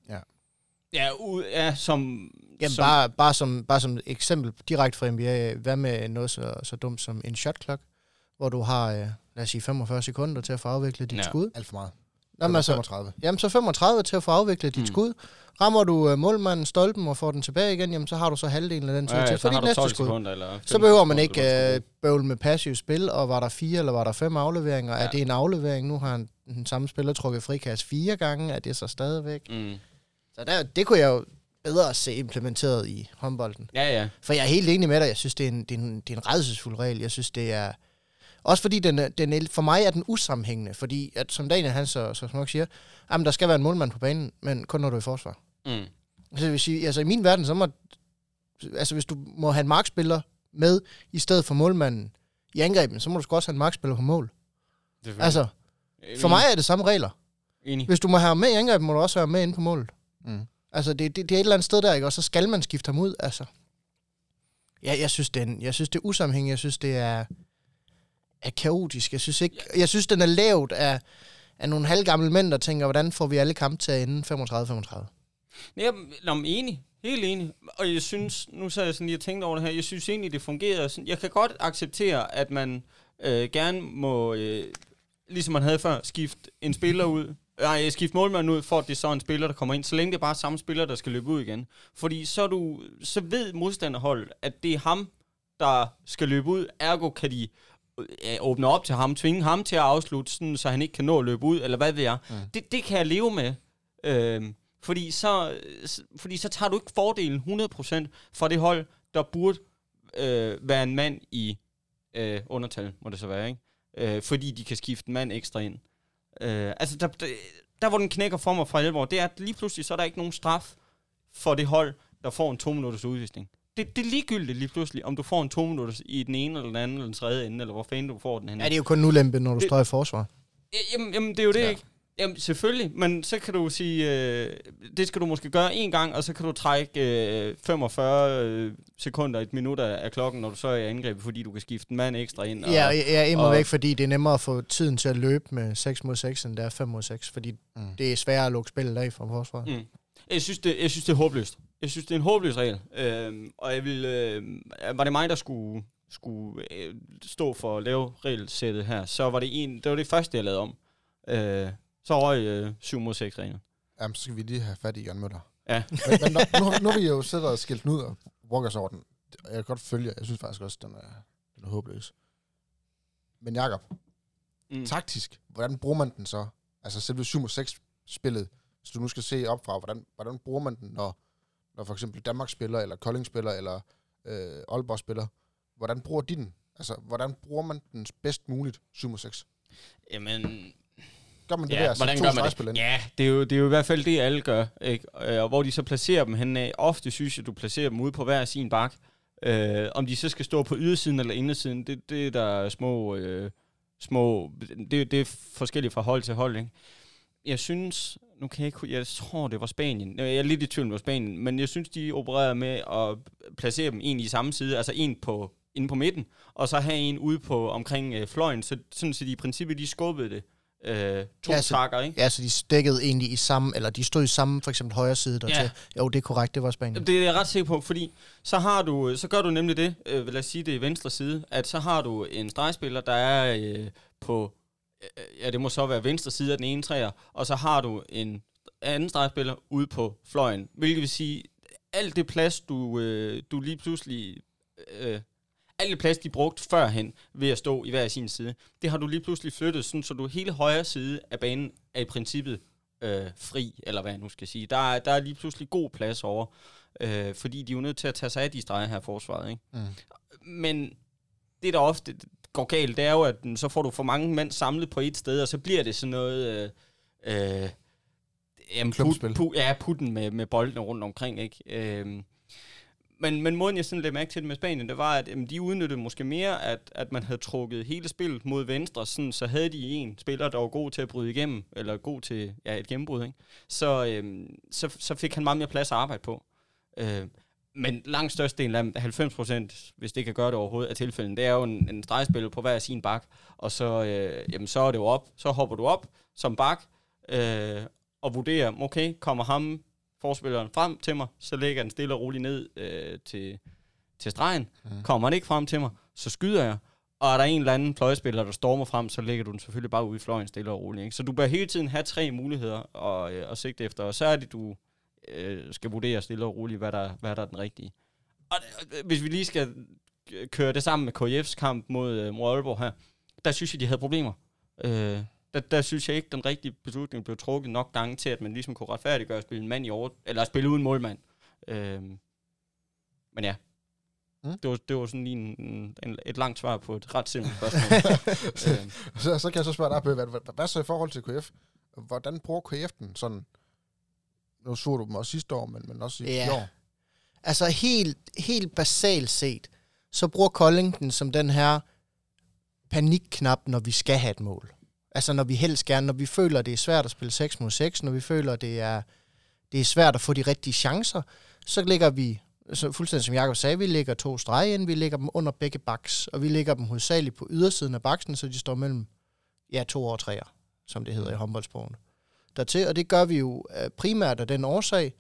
Ja, som... Jamen, bare som eksempel direkte fra NBA, hvad med noget så dumt som en shot clock, hvor du har, lad os sige, 45 sekunder til at få afviklet dit skud. Alt for meget. Jamen, altså, 35. Jamen, så 35 til at få afviklet dit skud. Rammer du målmanden stolpen og får den tilbage igen, jamen, så har du så halvdelen af den tid til for dit næste skud. Sekunder, så behøver man ikke bøvle med passiv spil, og var der 4 eller var der 5 afleveringer? Ja. Er det en aflevering? Nu har den samme spiller trukket frikast 4 gange, er det så stadigvæk? Så det kunne jeg jo bedre se implementeret i håndbolden. Ja. For jeg er helt enig med dig. Jeg synes, det er en rædselsfuld regel. Jeg synes, det er... Også fordi den for mig er den usammenhængende. Fordi, at, som Daniel han så smukt siger, jamen, der skal være en målmand på banen, men kun når du er i forsvar. Altså, det vil sige, altså, i min verden, så må... Altså, hvis du må have en markspiller med, i stedet for målmanden i angrebet, så må du sgu også have en markspiller på mål. Altså, for mig er det samme regler. Enig. Hvis du må have med i angrebet, må du også have med inde på målet. Altså, det er et eller andet sted der, ikke? Og så skal man skifte ham ud, altså. Ja, jeg synes, det er usammenhængende. Jeg synes, det er kaotisk. Jeg synes, den er lavet af nogle halvgamle mænd, der tænker, hvordan får vi alle kampe til at ende 35-35? Ja, enig. Helt enig. Og jeg synes, nu så jeg sådan lige tænkt over det her, jeg synes egentlig, det fungerer sådan. Jeg kan godt acceptere, at man gerne må, ligesom man havde før, skifte en spiller ud. Skifte målmanden ud, for at det er så en spiller, der kommer ind. Så længe det er bare samme spiller, der skal løbe ud igen. Fordi så ved modstanderholdet, at det er ham, der skal løbe ud. Ergo kan de åbne op til ham, tvinge ham til at afslutte, sådan, så han ikke kan nå at løbe ud, eller hvad ved jeg. Det kan jeg leve med. Fordi så tager du ikke fordelen 100% fra det hold, der burde være en mand i undertal, må det så være, ikke? Fordi de kan skifte en mand ekstra ind. Altså, der hvor den knækker for mig fra alvor, det er, at lige pludselig, så er der ikke nogen straf for det hold, der får en 2-minutters udvisning. Det er ligegyldigt lige pludselig, om du får en 2-minutters i den ene, eller den anden, eller den tredje ende, eller hvor fanden du får den hen. Ja, det er jo kun en ulempe, når du står i forsvar. Jamen, det er jo det, ikke? Jamen, selvfølgelig, men så kan du sige, det skal du måske gøre en gang, og så kan du trække 45 sekunder, et minut af klokken, når du så er i angrebet, fordi du kan skifte en mand ekstra ind. Ja, jeg er imod væk, fordi det er nemmere at få tiden til at løbe med 6-mod-6, end det er 5-mod-6, fordi det er sværere at lukke spillet af fra forsvaret. Jeg synes, det er håbløst. Jeg synes, det er en håbløs regel. Og jeg vil, var det mig, der skulle stå for at lave regelsættet her, så var det var det første, jeg lavede om. Så røg 7-mod-6-reglen. Jamen, så skal vi lige have fat i Jørgen Møller. Ja. men nu har vi jo siddet og skilt den ud og brokkes over den. Jeg kan godt følge, jeg synes faktisk også, den er håbløs. Men Jakob, taktisk, hvordan bruger man den så? Altså selve 7-mod-6-spillet, så du nu skal se op fra, hvordan bruger man den, når for eksempel Danmark spiller, eller Kolding spiller, eller Aalborg-spiller. Hvordan bruger de den? Altså, hvordan bruger man den bedst muligt 7-6? Jamen... Gør man det der? Hvordan gør man det? Ja, det er jo i hvert fald det, alle gør. Ikke? Og hvor de så placerer dem henne. Ofte synes jeg, du placerer dem ude på hver sin bak. Om de så skal stå på ydersiden eller indersiden, det er der små... Det er forskelligt fra hold til hold, ikke? Jeg synes... Nu kan jeg ikke... Jeg tror, det var Spanien. Jeg er lidt i tvivl, det var Spanien. Men jeg synes, de opererede med at placere dem egentlig i samme side. Altså en inde på midten, og så have en ude på omkring fløjen. Sådan så de i princippet, de skubbede det. Takker, ikke? Ja, så de dækkede egentlig i samme, eller de stod i samme, for eksempel højre side dertil. Ja. Jo, det er korrekt, det var Spanien. Det er jeg ret sikker på, fordi så gør du nemlig det, lad os sige det i venstre side, at så har du en stregspiller, der er på, det må så være venstre side af den ene træer, og så har du en anden stregspiller ude på fløjen, hvilket vil sige, alt det plads, du lige pludselig... alle plads, de brugte førhen ved at stå i hver sin side, det har du lige pludselig flyttet, sådan, så du hele højre side af banen er i princippet fri, eller hvad jeg nu skal sige. Der er lige pludselig god plads over, fordi de er jo nødt til at tage sig af de streger her forsvaret. Ikke? Mm. Men det, der ofte går galt, det er jo, at så får du for mange mænd samlet på et sted, og så bliver det sådan noget... putten med boldene rundt omkring, ikke? Men måden, jeg sådan lagde mærke til det med Spanien, det var, at de udnyttede måske mere, at man havde trukket hele spillet mod venstre, sådan, så havde de en spiller, der var god til at bryde igennem, eller god til et gennembrud, ikke? Så fik han meget mere plads at arbejde på. Men langt størstedelen af 90%, hvis det kan gøre det overhovedet af tilfælden, det er jo en stregspiller på hver sin bak, og så, så er det jo op, så hopper du op som bak, og vurderer, okay, kommer ham forspilleren frem til mig, så lægger den stille og roligt ned til stregen. Kommer han ikke frem til mig, så skyder jeg. Og er der en eller anden fløjspiller, der stormer frem, så lægger du den selvfølgelig bare ude i fløjen stille og roligt. Ikke? Så du bør hele tiden have 3 muligheder at sigte efter, og så er det, du skal vurdere stille og roligt, hvad der er den rigtige. Og hvis vi lige skal køre det sammen med KF's kamp mod Aalborg her, der synes jeg, de havde problemer. Der synes jeg ikke, den rigtige beslutning blev trukket nok gange til, at man ligesom kunne retfærdiggøre at spille en mand i over, eller spille uden målmand. Men ja, det var sådan lige et langt svar på et ret simpelt spørgsmål. Så kan jeg så spørge dig, hvad så i forhold til KF? Hvordan bruger KF den sådan? Nu så du dem også sidste år, men også i år. Altså helt basalt set, så bruger Kolding den som den her panikknap, når vi skal have et mål. Altså når vi helst gerne, når vi føler, det er svært at spille 6 mod 6, når vi føler, det er svært at få de rigtige chancer, så lægger vi, så fuldstændig som Jakob sagde, vi lægger 2 streger ind, vi lægger dem under begge baks, og vi lægger dem hovedsageligt på ydersiden af baksen, så de står mellem 2 og 3'er, som det hedder i håndboldsprogen. Dertil, og det gør vi jo primært af den årsag,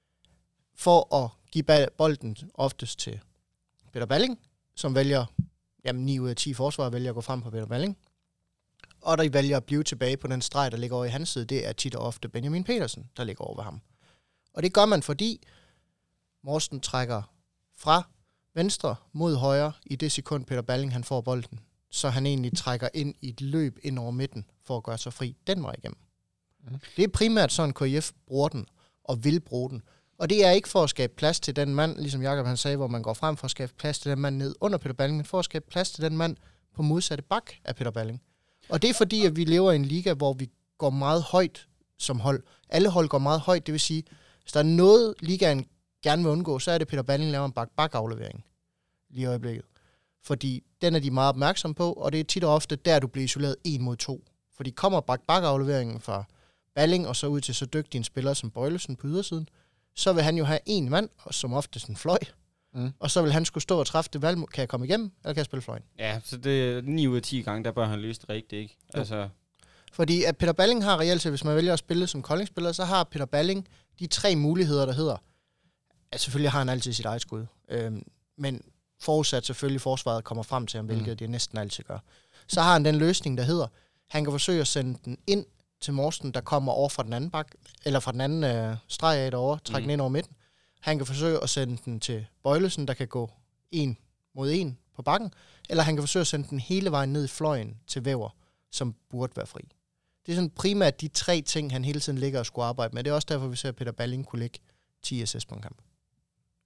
for at give bolden oftest til Peter Balling, som vælger, 9 ud af 10 forsvarer vælger at gå frem på Peter Balling, og der vælger at blive tilbage på den streg, der ligger over i hans side, det er tit og ofte Benjamin Petersen, der ligger over ved ham. Og det gør man, fordi Morsten trækker fra venstre mod højre i det sekund, Peter Balling han får bolden, så han egentlig trækker ind i et løb ind over midten, for at gøre sig fri den vej igennem. Det er primært sådan, KF bruger den, og vil bruge den. Og det er ikke for at skabe plads til den mand, ligesom Jakob han sagde, hvor man går frem for at skabe plads til den mand ned under Peter Balling, men for at skabe plads til den mand på modsatte bak af Peter Balling. Og det er fordi, at vi lever i en liga, hvor vi går meget højt som hold. Alle hold går meget højt, det vil sige, hvis der er noget, ligaen gerne vil undgå, så er det, Peter Balling laver en bak-aflevering lige i øjeblikket. Fordi den er de meget opmærksomme på, og det er tit og ofte der, du bliver isoleret 1 mod 2. Fordi kommer bak-afleveringen fra Balling, og så ud til så dygtig en spiller som Bøjlesen på ydersiden, så vil han jo have 1 mand, og som oftest en fløj. Og så vil han skulle stå og træffe det valg, kan jeg komme igennem, eller kan jeg spille fløjen? Ja, så det er 9 ud af 10 gange, der bør han løse det rigtigt, ikke? Altså. Fordi at Peter Balling har reelt set, hvis man vælger at spille som Kolding-spiller, så har Peter Balling de 3 muligheder, der hedder, at selvfølgelig har han altid sit eget skud, men forudsat selvfølgelig forsvaret kommer frem til ham, hvilket det næsten altid gør. Så har han den løsning, der hedder, han kan forsøge at sende den ind til Morsten, der kommer over fra den anden bak, eller fra den anden streg af derovre, trække den ind over midten. Han kan forsøge at sende den til Bøjlesen, der kan gå 1 mod 1 på bakken, eller han kan forsøge at sende den hele vejen ned i fløjen til Væver, som burde være fri. Det er sådan primært de 3 ting, han hele tiden ligger og skulle arbejde med. Det er også derfor, vi ser, at Peter Balling kunne lægge 10 assist på en kamp.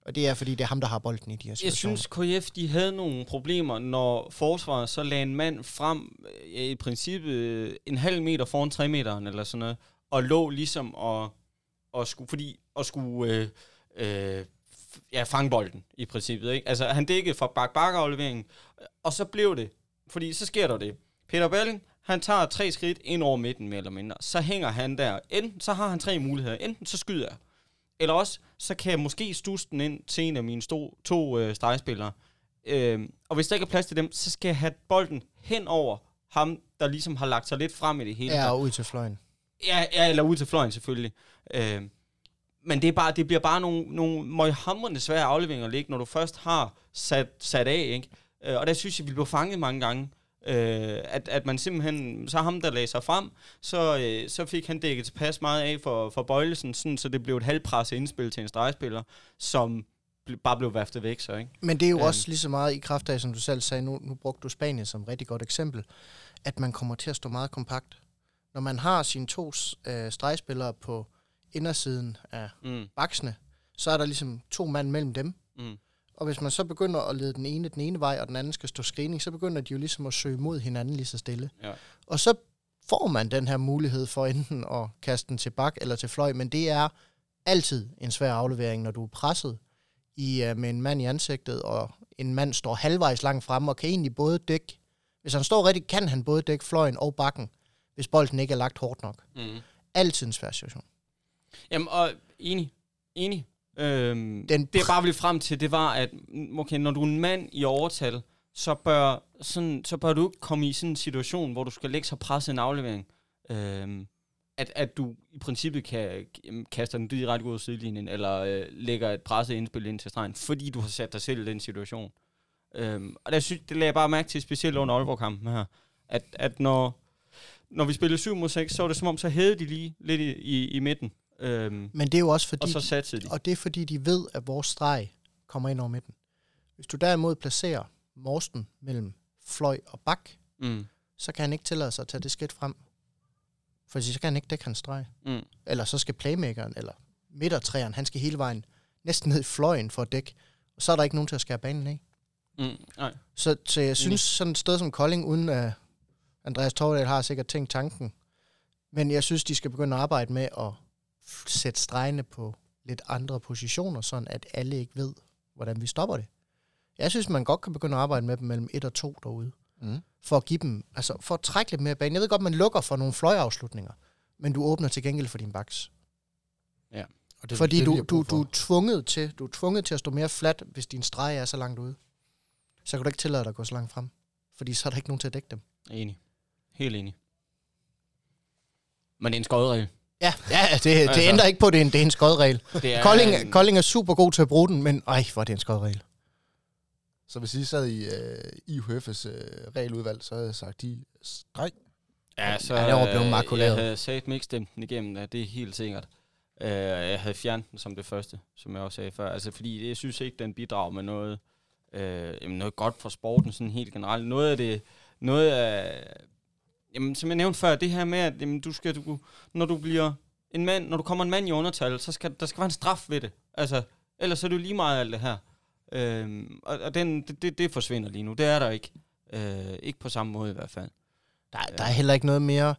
Og det er, fordi det er ham, der har bolden i de her situationer. Jeg synes, KF de havde nogle problemer, når forsvaret så lagde en mand frem, i princippet en halv meter foran 3 meteren, eller sådan noget, og lå ligesom og skulle fange bolden, i princippet. Ikke? Altså, han dækkede for bakafleveringen, og så blev det, fordi så sker der det. Peter Balling, han tager 3 skridt ind over midten, mere eller mindre. Så hænger han der. Enten så har han 3 muligheder. Enten så skyder jeg, eller også, så kan jeg måske stusse den ind til en af mine 2 stregspillere. Og hvis der ikke er plads til dem, så skal jeg have bolden hen over ham, der ligesom har lagt sig lidt frem i det hele. Ja, og ud til fløjen. Ja, eller ud til fløjen selvfølgelig. Men det bliver bare nogle møghamrende svære afleveringer at ligge, når du først har sat af, ikke? Og der synes jeg, vi blev fanget mange gange. At man simpelthen, så ham der lagde sig frem, så fik han dækket tilpas meget af for Bøjlesen, sådan, så det blev et halvpresset indspil til en stregspiller, som bare blev vaftet væk. Så, ikke? Men det er jo også lige så meget i kraft af, som du selv sagde, nu brugte du Spanien som et rigtig godt eksempel, at man kommer til at stå meget kompakt. Når man har sine 2 stregspillere på indersiden af baksene, så er der ligesom 2 mand mellem dem. Og hvis man så begynder at lede den ene vej, og den anden skal stå screening, så begynder de jo ligesom at søge mod hinanden lige så stille. Ja. Og så får man den her mulighed for enten at kaste den til bak eller til fløj, men det er altid en svær aflevering, når du er presset med en mand i ansigtet, og en mand står halvvejs langt fremme, og kan egentlig både dække, hvis han står rigtigt, kan han både dække fløjen og bakken, hvis bolden ikke er lagt hårdt nok. Altid en svær situation. Jamen, og enig. Det jeg bare ville frem til, det var, at okay, når du er en mand i overtal, så bør du ikke komme i sådan en situation, hvor du skal lægge så presset en aflevering, at du i princippet kan kaste den direkte ud af sidelinjen, eller lægger et presset indspil ind til stregen, fordi du har sat dig selv i den situation. Og det lagde jeg bare mærke til, specielt under Aalborg-kampen her, at når vi spillede 7 mod 6, så var det som om, så hævede de lige lidt i midten. Men det er jo også fordi, og så satsede de. Og det er fordi, de ved, at vores streg kommer ind over midten. Hvis du derimod placerer Morsten mellem fløj og bak, så kan han ikke tillade sig at tage det skridt frem. For så kan han ikke dække hans streg. Eller så skal playmakeren, eller midtertræeren, han skal hele vejen næsten ned i fløjen for at dække. Og så er der ikke nogen til at skære banen af. Nej. Så jeg synes, sådan et sted som Kolding, uden at Andreas Torvedal har sikkert tænkt tanken, men jeg synes, de skal begynde at arbejde med at sætte stregene på lidt andre positioner, sådan at alle ikke ved, hvordan vi stopper det. Jeg synes, man godt kan begynde at arbejde med dem mellem 1 og 2 derude. For at give dem, altså for at trække lidt mere bane. Jeg ved godt, man lukker for nogle fløjafslutninger, men du åbner til gengæld for din baks. Ja. Og det, fordi du er tvunget til at stå mere flat, hvis din streg er så langt ude. Så kan du ikke tillade dig at gå så langt frem. Fordi så er der ikke nogen til at dække dem. Enig. Helt enig. Men det er en skodregel. Ja, det ændrer ikke på, det er en skodregel. Kolding er super god til at bruge den, men hvor er det en skodregel. Så hvis I sad i IHF's regeludvalg, så havde jeg sagt, de streg. Ja, så det var blevet makuleret. Jeg havde sagt mig ikke stemt den igennem, det er helt sikkert. Jeg havde fjernet den som det første, som jeg også sagde før. Altså, fordi jeg synes ikke, den bidrager med noget, noget godt for sporten, sådan helt generelt. Noget af jamen, som jeg nævnte før, det her med, at jamen, når du bliver en mand, når du kommer en mand i undertal, så skal der skal være en straf ved det. Altså, ellers er det jo lige meget alt det her. Og det forsvinder lige nu. Det er der ikke. Ikke på samme måde i hvert fald. Der er heller ikke noget mere.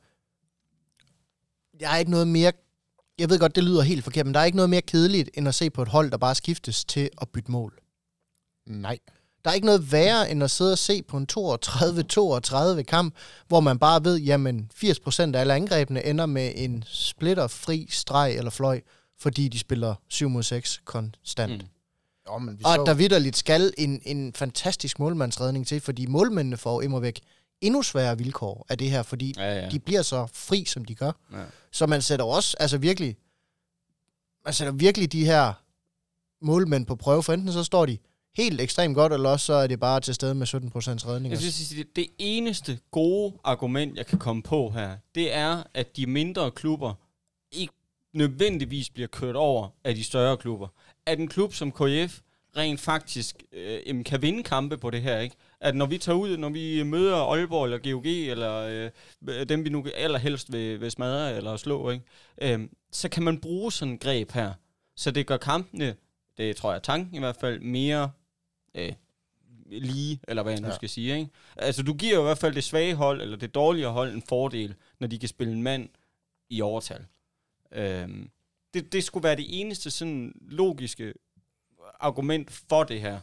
Der er ikke noget mere. Jeg ved godt, det lyder helt forkert, men der er ikke noget mere kedeligt, end at se på et hold, der bare skiftes til at bytte mål. Nej. Der er ikke noget værre, end at sidde og se på en 32-32 kamp, hvor man bare ved, jamen 80% af alle angrebene ender med en splitterfri streg eller fløj, fordi de spiller 7 mod 6 konstant. Jo, men og der vitterligt skal en fantastisk målmandsredning til, fordi målmændene får immer væk endnu sværere vilkår af det her, fordi de bliver så fri, som de gør. Ja. Så man sætter også, altså virkelig, de her målmænd på prøve, for enten så står de helt ekstremt godt, eller også så er det bare til stede med 17% redning. Jeg synes, det eneste gode argument, jeg kan komme på her, det er, at de mindre klubber ikke nødvendigvis bliver kørt over af de større klubber. At en klub som KF rent faktisk kan vinde kampe på det her, ikke? At når vi tager ud, når vi møder Aalborg eller GOG, eller dem vi nu allerhelst vil smadre eller slå, ikke? Så kan man bruge sådan en greb her, så det gør kampene det tror jeg er tanken i hvert fald, mere lige, eller hvad jeg nu skal sige, ikke? Altså, du giver jo i hvert fald det svage hold, eller det dårligere hold, en fordel, når de kan spille en mand i overtal. Det skulle være det eneste sådan logiske argument for det her.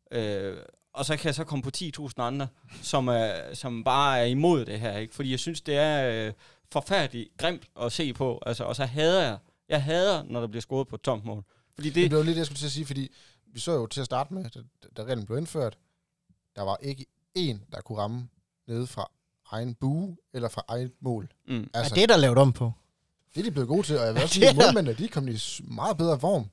Og så kan jeg så komme på 10.000 andre, som bare er imod det her, ikke? Fordi jeg synes, det er forfærdeligt grimt at se på. Altså, og så hader jeg hader, når der bliver scoret på et tomt mål. Fordi det var lidt det, jeg skulle til at sige, fordi vi så jo til at starte med, da reglen blev indført, der var ikke én, der kunne ramme nede fra egen bue eller fra eget mål. Altså, det er der lavet om på. Det er de blevet gode til, og jeg vil også sige, at målmændene, de kom i meget bedre form.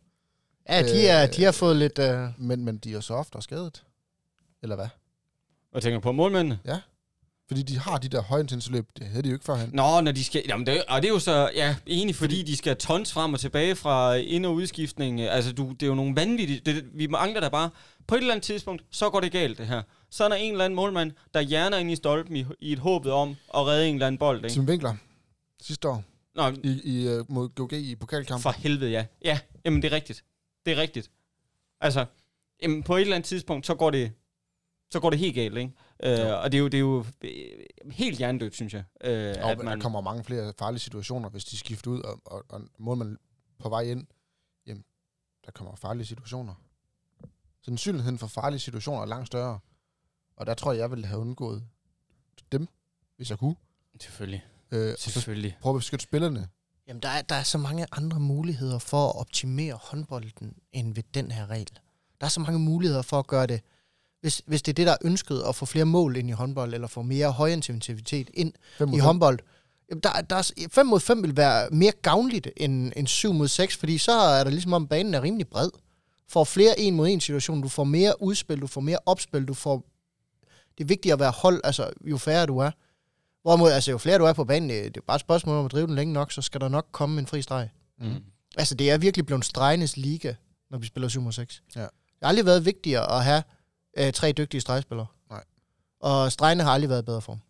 Ja, de har fået lidt... Men de er så ofte skadet. Eller hvad? Hvad tænker du på målmændene? Ja. Fordi de har de der højintensløb, det havde de jo ikke førhen. Når de skal... Jamen og det er jo så... Ja, enig, fordi de skal tons frem og tilbage fra ind- og udskiftning. Altså, det er jo nogle vanvittige... Vi mangler der bare... På et eller andet tidspunkt, så går det galt, det her. Så er der en eller anden målmand, der hjerner ind i stolpen i et håbet om at redde en eller anden bold, ikke? Tim Winkler, sidste år. Mod GOG i pokalkampen. For helvede, ja. Ja, jamen det er rigtigt. Det er rigtigt. Altså, jamen, på et eller andet tidspunkt, så går det helt galt, ikke? Og det er jo helt hjernedødt, synes jeg. Der kommer mange flere farlige situationer, hvis de skifter ud, og målmanden på vej ind, jamen, der kommer farlige situationer. Så sandsynligheden for farlige situationer er langt større. Og der tror jeg ville have undgået dem, hvis jeg kunne. Selvfølgelig. Selvfølgelig. Prøv at beskytte spillerne. Jamen, der er så mange andre muligheder for at optimere håndbolden, end ved den her regel. Der er så mange muligheder for at gøre det. Hvis det er det, der er ønsket, at få flere mål ind i håndbold, eller få mere højintensitet ind i håndbold, der 5 mod 5 vil være mere gavnligt end 7 mod 6, fordi så er der ligesom om banen er rimelig bred. Får flere 1 mod 1 situationer, du får mere udspil, du får mere opspil, det er vigtigt at være hold, altså jo færre du er. Hvorimod, altså jo flere du er på banen, det er bare et spørgsmål om at drive den længe nok, så skal der nok komme en fri streg. Altså det er virkelig blevet stregenes liga, når vi spiller 7 mod 6. Ja. Det har aldrig været vigtigere at have 3 dygtige stregspillere. Nej. Og stregene har aldrig været i bedre form.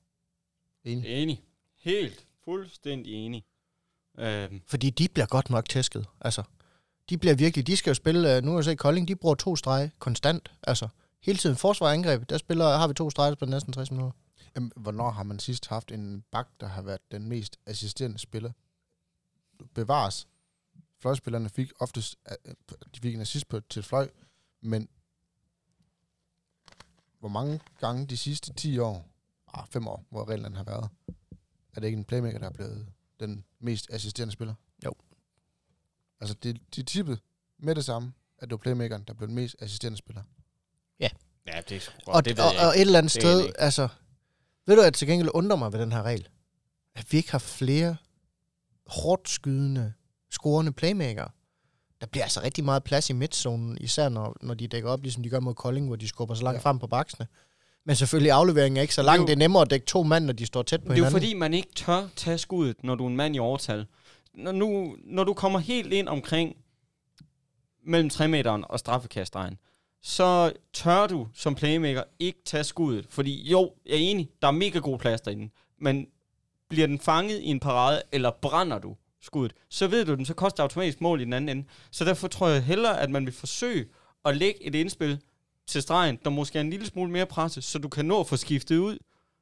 Enig. Helt fuldstændig enig. Fordi de bliver godt nok tæsket. Altså, de skal jo spille, nu har jeg set Kolding, de bruger 2 strege konstant. Altså, hele tiden forsvar og angreb, har vi 2 strege, der spiller næsten 60 minutter. Jamen, hvornår har man sidst haft en bak, der har været den mest assisterende spiller? Bevares. Fløjspillerne fik oftest, de fik en assist til fløj, men hvor mange gange de sidste 10 år, 5 år, hvor reglerne har været, er det ikke en playmaker, der er blevet den mest assisterende spiller? Jo. Altså, de tippede med det samme, at det var playmakeren, der blev den mest assisterende spiller. Ja. Ja, det er sgu godt. Og et eller andet sted, altså, ved du, at til gengæld undrer mig ved den her regel, at vi ikke har flere hårdt skydende, scorende playmaker. Der bliver altså rigtig meget plads i midtzonen, især når de dækker op, ligesom de gør mod Kolding, hvor de skubber så langt frem på baksene. Men selvfølgelig afleveringen er ikke så langt. Det er nemmere at dække 2 mand, når de står tæt på hinanden. Det er jo fordi, man ikke tør tage skuddet, når du er en mand i overtal. Når du kommer helt ind omkring mellem 3-meteren og straffekaststregen, så tør du som playmaker ikke tage skuddet. Fordi jo, jeg er enig, der er mega god plads derinde. Men bliver den fanget i en parade, eller brænder du skuddet, så ved du den, så koster det automatisk mål i den anden ende. Så derfor tror jeg hellere, at man vil forsøge at lægge et indspil til stregen, der måske er en lille smule mere presset, så du kan nå at få skiftet ud.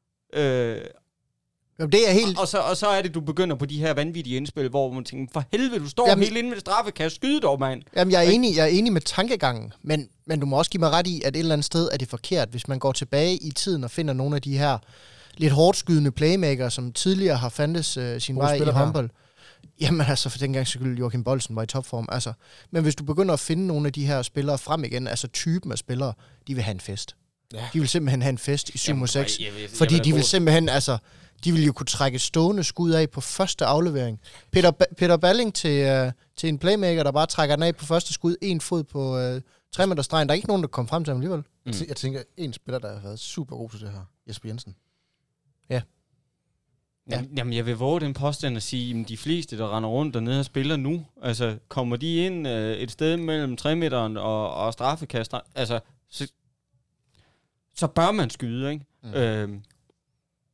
Det er helt... Og så er det, du begynder på de her vanvittige indspil, hvor man tænker, for helvede, du står helt inde ved straffe, kan jeg skyde dog, mand? Jamen, jeg er enig med tankegangen, men du må også give mig ret i, at et eller andet sted er det forkert, hvis man går tilbage i tiden og finder nogle af de her lidt hårdt skydende playmaker, som tidligere har fandtes sin vej i håndbold. Jamen altså, for dengang skyld Joachim Bolsen var i topform. Altså. Men hvis du begynder at finde nogle af de her spillere frem igen, altså typen af spillere, de vil have en fest. Ja. De vil simpelthen have en fest i 7 mod 6. Fordi de vil simpelthen, altså, de vil jo kunne trække stående skud af på første aflevering. Peter Balling til en playmaker, der bare trækker den af på første skud, 1 fod på 3-meterstregen. Der er ikke nogen, der kommer frem til ham alligevel. Jeg tænker, en spiller, der har været super god til det her, Jesper Jensen. Ja. Jamen, jeg vil våge den påstand at sige, at de fleste, der render rundt dernede og spiller nu, altså, kommer de ind et sted mellem 3-meteren og straffekaster, altså, så bør man skyde, ikke?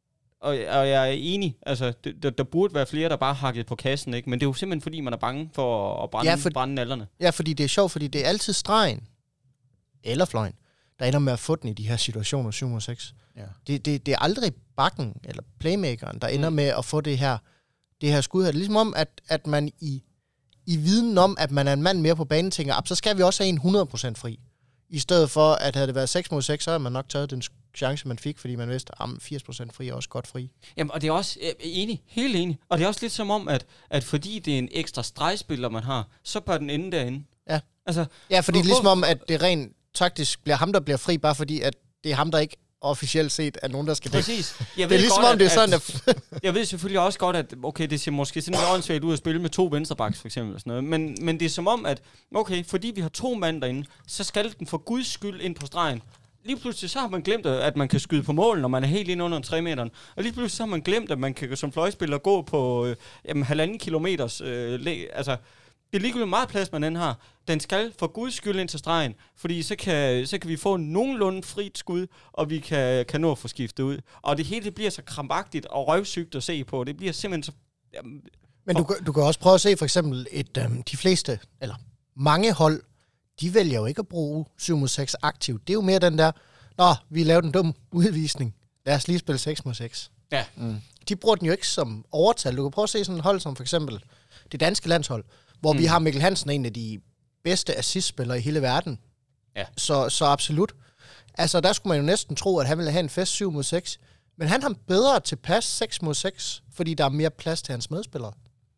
og jeg er enig. Altså, der burde være flere, der bare hakket på kassen, ikke? Men det er jo simpelthen, fordi man er bange for at brænde nallerne. Ja, fordi det er sjovt, fordi det er altid stregen, eller fløjen, der ender med at få den i de her situationer 7 mod 6. Ja. Det er aldrig bakken eller playmakeren, der ender med at få det her skud her. Det er ligesom om, at man i viden om, at man er en mand mere på banen, tænker, så skal vi også have en 100% fri. I stedet for, at havde det været 6 mod 6, så havde man nok taget den chance, man fik, fordi man vidste, at 80% fri er også godt fri. Jamen, og det er også helt enig. Og det er også lidt som om, at fordi det er en ekstra stregspiller, man har, så bør den ende derinde. Ja. Altså, ja, fordi det er ligesom om, at det rent taktisk bliver ham, der bliver fri, bare fordi, at det er ham, der ikke officielt set er nogen, der skal dække. Præcis. Det er ligesom om, det er sådan, at jeg ved selvfølgelig også godt, at okay, det ser måske sådan lidt åndssvagt ud at spille med 2 venstrebacks, for eksempel. Og sådan noget. Men det er som om, at okay, fordi vi har 2 mand derinde, så skal den for guds skyld ind på stregen. Lige pludselig så har man glemt, at man kan skyde på mål, når man er helt inde under 3 meter. Og lige pludselig så har man glemt, at man kan som fløjspiller gå på 1,5 kilometers... altså, det er ligegyldigt meget plads, man den har. Den skal for guds skyld ind til stregen, fordi så kan vi få nogenlunde frit skud, og vi kan nå at få skiftet ud. Og det hele bliver så krampagtigt og røvsygt at se på. Det bliver simpelthen så... Men du kan også prøve at se for eksempel, de fleste, eller mange hold, de vælger jo ikke at bruge 7 mod 6 aktivt. Det er jo mere den der, vi lavede en dum udvisning. Lad os lige spille 6 mod 6. Ja. De bruger den jo ikke som overtal. Du kan prøve at se sådan et hold som for eksempel det danske landshold, hvor vi har Mikkel Hansen, en af de bedste assistspillere i hele verden. Ja. Så absolut. Altså, der skulle man jo næsten tro, at han ville have en fest 7 mod 6. Men han har bedre tilpas 6 mod 6, fordi der er mere plads til hans medspillere.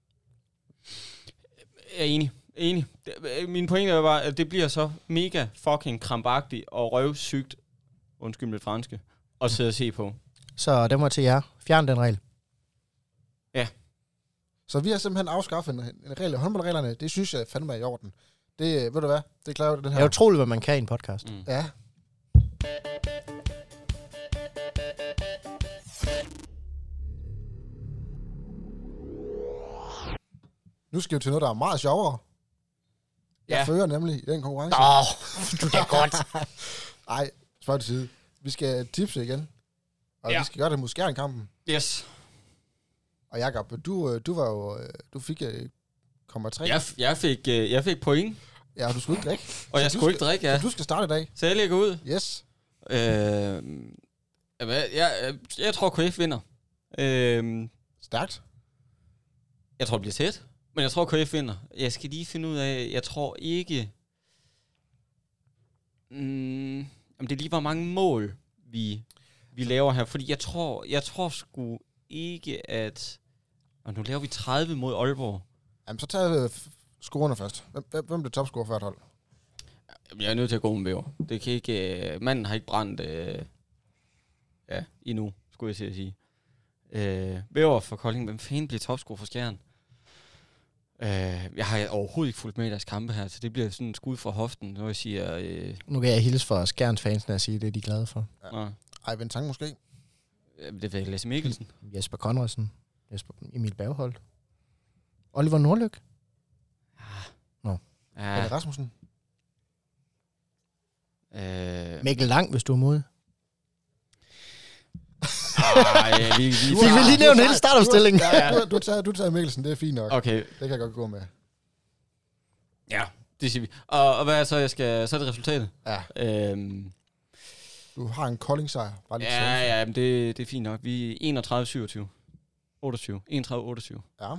Jeg er enig. Min pointe er bare, at det bliver så mega fucking krampagtigt og røvsygt, undskyld mit franske, at sidde og se på. Så det var til jer. Fjern den regel. Ja. Så vi har simpelthen afskaffet en regel af håndboldreglerne. Det synes jeg fandme er i orden. Det, ved du hvad? Det klarer den her. Det er utroligt, hvad man kan i en podcast. Ja. Nu skal vi til noget, der er meget sjovere. Jeg fører nemlig i den konkurrence. Du er godt. Nej, spørg til side. Vi skal tipse igen. Og vi skal gøre det mod Skjern-kampen. Yes. Og Jakob, du var jo... Du fik 0,3. Jeg fik point. Ja, du skulle ikke drikke. Og jeg skulle ikke drikke, ja. Så du skal starte i dag. Så jeg lægger ud. Yes. Jeg tror, KF vinder. Stærkt. Jeg tror, det bliver tæt. Men jeg tror, KF vinder. Jeg skal lige finde ud af... Jeg tror ikke... om det lige var mange mål, vi laver her. Fordi jeg tror sgu ikke, at... Og nu laver vi 30 mod Aalborg. Jamen, så tager vi scorerne først. Hvem bliver topscorer for et hold? Jeg er nødt til at gå med Væver. Det kan ikke... manden har ikke brændt... endnu, skulle jeg til at sige. Væver for Kolding. Hvem fanden bliver topscorer for Skjern? Jeg har overhovedet ikke fulgt med i deres kampe her, så det bliver sådan en skud fra hoften, når jeg siger... Nu kan jeg hilse for Skjerns fansene at sige, det er de glade for. Ja. Eivind Tang måske? Det er Lasse Mikkelsen. Jesper Conradsen. Emil Bergholt. Oliver Nordlyk. Pelle Rasmussen. Mikkel Lang, hvis du er modig. Fik vi lige nævnt hele startopstillingen? Du tager Mikkelsen, det er fint nok. Okay. Det kan jeg godt gå med. Ja, det siger vi. Og hvad er så, så er det resultatet? Ja. Du har en Kolding-sejr. Ja, men det er fint nok. Vi er 31-27. 28. 31-28. Ja.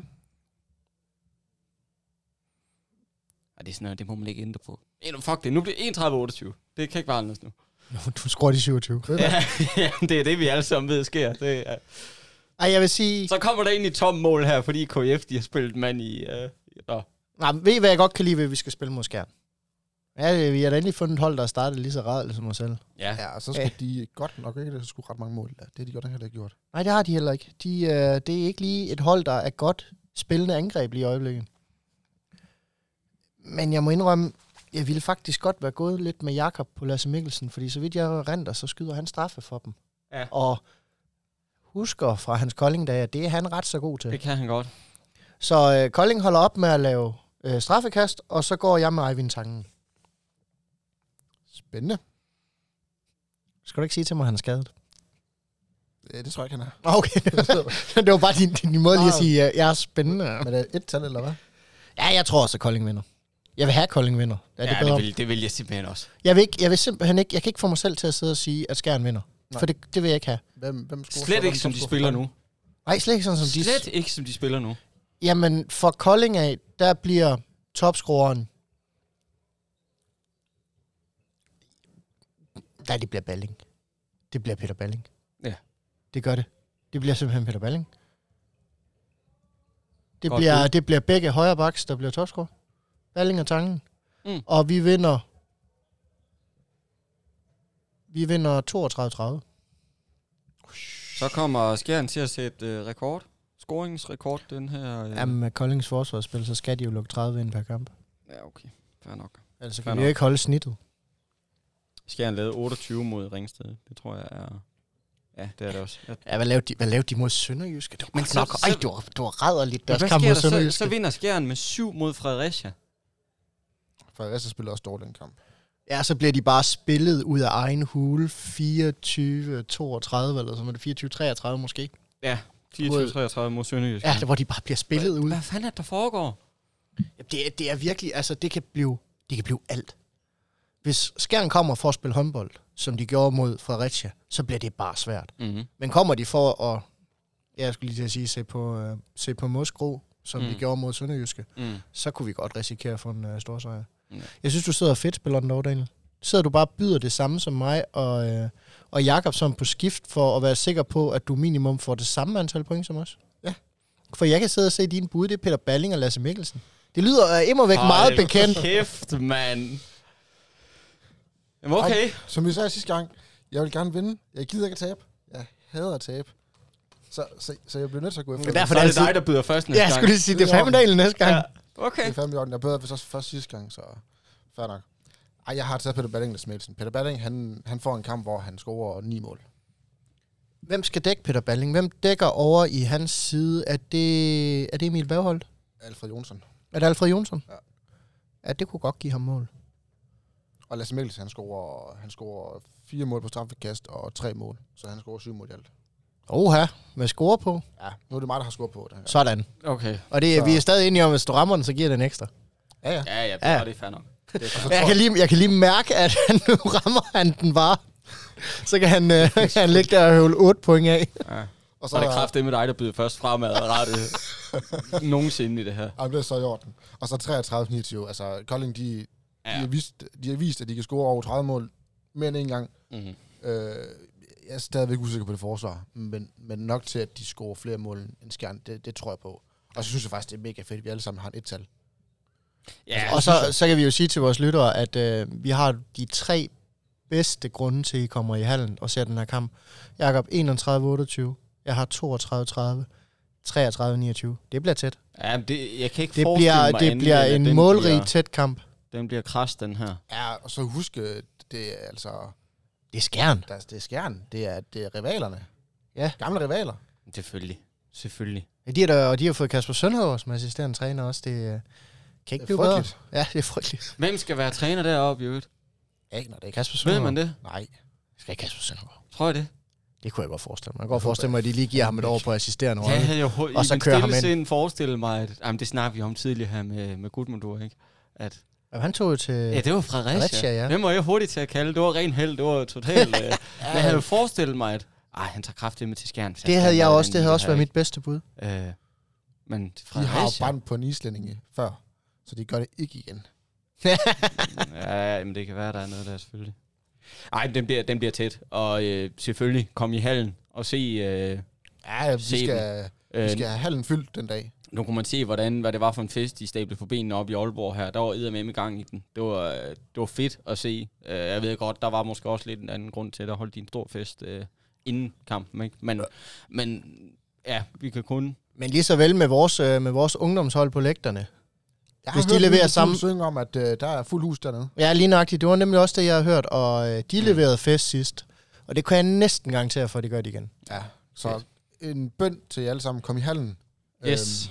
Og det er sådan noget, det må man ikke ændre på. Fuck det, nu bliver 31-28. Det kan ikke være anderledes nu. Du scorer de 27. Ja, det er det, vi alle sammen ved sker. Det er. Ej, jeg vil sige... Så kommer der ind i tom mål her, fordi KF, de har spillet mand i... Nej, ved I, hvad jeg godt kan lide ved, at vi skal spille mod Skjern? Ja, vi har da endelig fundet et hold, der har startet lige så rædligt som os selv. Ja, og så skal de godt nok ikke, det skulle ret mange mål. Det har de godt nok heller ikke gjort. Nej, det har de heller ikke. Det er ikke lige et hold, der er godt spillende angreb lige i øjeblikket. Men jeg må indrømme, jeg ville faktisk godt være gået lidt med Jakob på Lasse Mikkelsen, fordi så vidt jeg renter, så skyder han straffe for dem. Ja. Og husker fra hans Kolding-dage, at det er han ret så god til. Det kan han godt. Så Kolding holder op med at lave straffekast, og så går jeg med Eivind Tangen. Spændende. Skal du ikke sige til mig, at han er skadet? Det tror jeg ikke, han er. Okay, det var bare din måde lige at sige, at jeg er spændende. Men er det et tal, eller hvad? Ja, jeg tror også, at Kolding vinder. Jeg vil have, at Kolding vinder. Det vil jeg simpelthen også. Jeg vil simpelthen ikke, jeg kan ikke få mig selv til at sidde og sige, at Skjern vinder. Nej. For det vil jeg ikke have. Hvem scorer slet ikke, som de spiller nu. Nej, slet ikke sådan, som de... Slet ikke, som de spiller nu. Jamen, for Kolding af, der bliver topscoreren... Nej, det bliver Balling. Det bliver Peter Balling. Ja. Det gør det. Det bliver simpelthen Peter Balling. Det bliver begge højre backs, der bliver topscorer. Balling og Tangen. Og vi vinder 32-30. Så kommer Skjern til at sætte scoringsrekord, den her... Jamen, med Koldings forsvarsspil, så skal de jo lukke 30 ind per kamp. Ja, okay. Fair nok. Altså kan vi jo ikke holde snittet. Skjern lavede 28 mod Ringsted. Det tror jeg er... Ja, det er det også. Ja, hvad lavede de mod Sønderjyske? Det var nok... det var rædderligt, deres hvad kamp sker mod der Sønderjyske. så vinder Skjern med 7 mod Fredericia. Fredericia spiller også dårligt den kamp. Ja, så bliver de bare spillet ud af egen hule. 24-32, eller så var det 24-33 måske. Ja, 24-33 mod Sønderjyske. Ja, hvor de bare bliver spillet ud. Hvad fanden er det, der foregår? Det er virkelig... Altså, det kan blive alt. Hvis Skjern kommer for at spille håndbold, som de gjorde mod Fredericia, så bliver det bare svært. Mm-hmm. Men kommer de for at... Jeg skulle lige til at sige, se på Moskro, som de gjorde mod Sønderjyske, så kunne vi godt risikere at få en stor sejr. Jeg synes, du sidder fedt spiller den dog, Daniel. Sidder du bare og byder det samme som mig og Jakobsen på skift for at være sikker på, at du minimum får det samme antal point som os? Ja. For jeg kan sidde og se dine bud, det er Peter Balling og Lasse Mikkelsen. Det lyder immervæk meget bekendt. Kæft, mand. Jamen okay. Ej, som vi sagde sidste gang, jeg vil gerne vinde. Jeg gider ikke at tabe. Jeg hader at tabe. Så jeg bliver nødt til at gå efter. Så er det dig, der byder først næste gang. Ja, jeg skulle lige sige, det er fandme Daniel næste gang. Ja. Okay. Det er fandme i orden. Jeg bød vist også først sidste gang, så fair nok. Ej, jeg har taget Peter Balling og Smelsen. Peter Balling, han får en kamp, hvor han scorer 9 mål. Hvem skal dække Peter Balling? Hvem dækker over i hans side? Er det Emil Bergholt? Alfred Jonsson. Er det Alfred Jonsson? Ja. Ja, det kunne godt give ham mål. Og Lasse Mikkelsen, han scorer 4 mål på straffekast og 3 mål. Så han scorer 7 mål i alt. Oha, hvad scorer på? Ja, nu er det mig, der har scoret på det. Sådan. Okay. Og vi er stadig enige om, at hvis du rammer den, så giver den ekstra. Ja. Det er fair nok. Jeg kan lige mærke, at nu rammer han den bare. Så kan han ligge der og høvle 8 point af. Ja. Og så er det kraft med dig, der byder først fremadrettet nogensinde i det her. Ja, det er så i orden. Og så 33-29. Altså, Kolding, de har vist, at de kan score over 30 mål mere end en gang. Mm-hmm. Jeg er stadigvæk usikker på det forsvar, men nok til, at de scorer flere mål end Skjern, det tror jeg på. Og så synes jeg faktisk, det er mega fedt, at vi alle sammen har et tal. Ja, og så kan vi jo sige til vores lyttere, at vi har de 3 bedste grunde til, at I kommer i hallen og ser den her kamp. Jakob 31-28. Jeg har 32-30. 33-29. Det bliver tæt. Ja, jeg kan ikke forestille mig det bliver en målrig tæt kamp. Den bliver kras, den her. Ja, og så husk, det er altså... Det er Skjern. Det er Skjern. Det er rivalerne. Ja. Gamle rivaler. Selvfølgelig. Ja, de har fået Kasper Sønderhøjer som assisterende træner også. Det kan ikke blive bedre. Ja, det er frygteligt. Hvem skal være træner deroppe i øvrigt? Ja, når det er Kasper Sønderhøjer. Ved man det? Nej. Det skal ikke Kasper Sønderhøjer. Tror jeg det? Det kunne jeg godt forestille mig. Jeg kan godt forestille mig, at de lige giver ham et år på assisterende rolle. Ja, jeg og så kører ham ind. Forestille mig, at jamen, det snakker vi om tidligere her med Gudmundur, ikke? At han tog jo til... Ja, det var Fredericia. Ja. Hvem var jeg hurtigt til at kalde? Det var ren held. Det var totalt... Men jeg havde jo forestillet mig, at han tager kraftigt med til Skjern. Det havde jeg også. Det havde også været mit bedste bud. Men de har jo brændt på en islændinge før, så de gør det ikke igen. Ja, men det kan være, der er noget der selvfølgelig. Ej, den bliver tæt. Og selvfølgelig komme i hallen og se... vi skal have hallen fyldt den dag. Nu kunne man se, hvad det var for en fest, de stablede for benene op i Aalborg her. Der var eddermame i gang i den. Det var fedt at se. Jeg ved godt, der var måske også lidt en anden grund til, at der holdt de en stor fest inden kampen. Ikke? Men ja, vi kan kun... Men lige så vel med vores ungdomshold på lægterne. Hvis de leverer sammen... synge om, at der er fuld hus dernede. Ja, lige nøjagtigt. Det var nemlig også det, jeg har hørt. Og de leverede fest sidst. Og det kunne jeg næsten garantere for, at de gør det igen. Ja, så en bøn til jer alle sammen. Kom i hallen. Yes.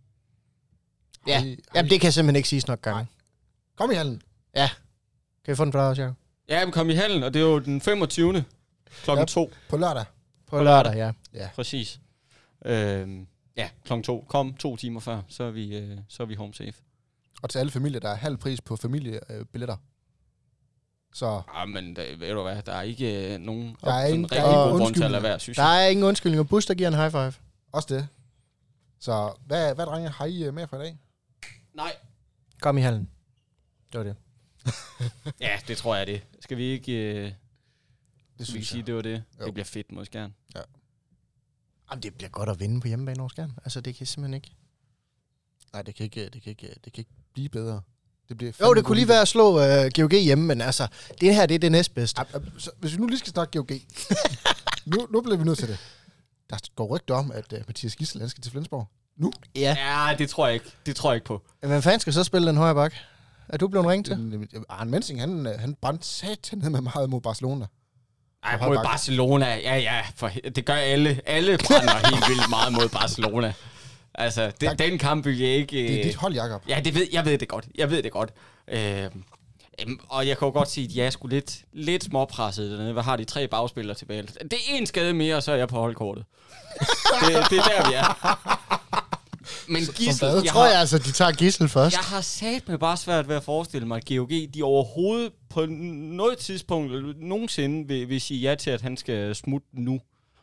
Jamen, det kan jeg simpelthen ikke siges nok gange. Kom i hallen. Ja. Kan vi få den for dig også, Jacob? Ja, men kom i hallen, og det er jo den 25. klokken 2. På lørdag. På lørdag, ja. Præcis. Klokken 2. Kom 2 timer før, så er vi home safe. Og til alle familier, der er halv pris på familiebilletter. Så... Men ved du hvad, der er ikke nogen der er ingen rigtig god grund til at lade være, synes jeg. Der er ingen undskyldning, og Bus, der giver en high five. Også det. Så hvad drenge, har I med for i dag? Nej. Kom i hallen. Det var det. Ja, det tror jeg det. Skal vi ikke... Det synes sige, det var det. Jo. Det bliver fedt mod Skjern. Ja. Jamen, det bliver godt at vinde på hjemmebane over Skjern. Altså, det kan simpelthen ikke... Nej, det kan ikke blive bedre. Det kunne lige være at slå GOG hjemme, men altså, det her, det er det næstbedste. Hvis vi nu lige skal snakke GOG. nu bliver vi nødt til det. Der går rygter om, at Mathias Gidsel, han skal til Flensborg. Nu? Ja, det tror jeg ikke. Det tror jeg ikke på. Hvem fanden skal så spille den højre bak? Er du blevet ringet til? Arne Mensing, han brændte satan ned med meget mod Barcelona. Ej, mod Barcelona. Ja, det gør alle. Alle brænder helt vildt meget mod Barcelona. Altså, den kamp vil jeg ikke... Det er dit hold, Jacob. Ja, jeg ved det godt. Og jeg kan jo godt sige, at jeg er sgu lidt småpresset dernede. Hvad har de 3 bagspillere tilbage? Det er en skade mere, og så er jeg på holdkortet. det er der, vi er. Men Gidsel... tror jeg altså, de tager Gidsel først. Jeg har satme bare svært ved at forestille mig, at GOG, de overhovedet på noget tidspunkt nogensinde vil sige ja til, at han skal smutte nu.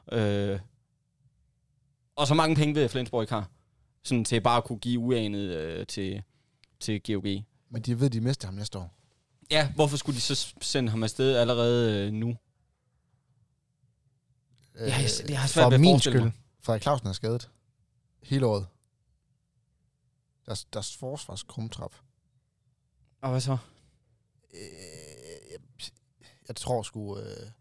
Og så mange penge ved at Flensborg ikke har. Sådan til bare at kunne give uanet til GOG. Men de ved, de mister ham næste år. Ja, hvorfor skulle de så sende ham afsted allerede nu? Jeg har svært ved at forestille mig. Frederik Clausen er skadet. Hele året. Deres forsvarskrumtrap. Og hvad så? Jeg tror sgu...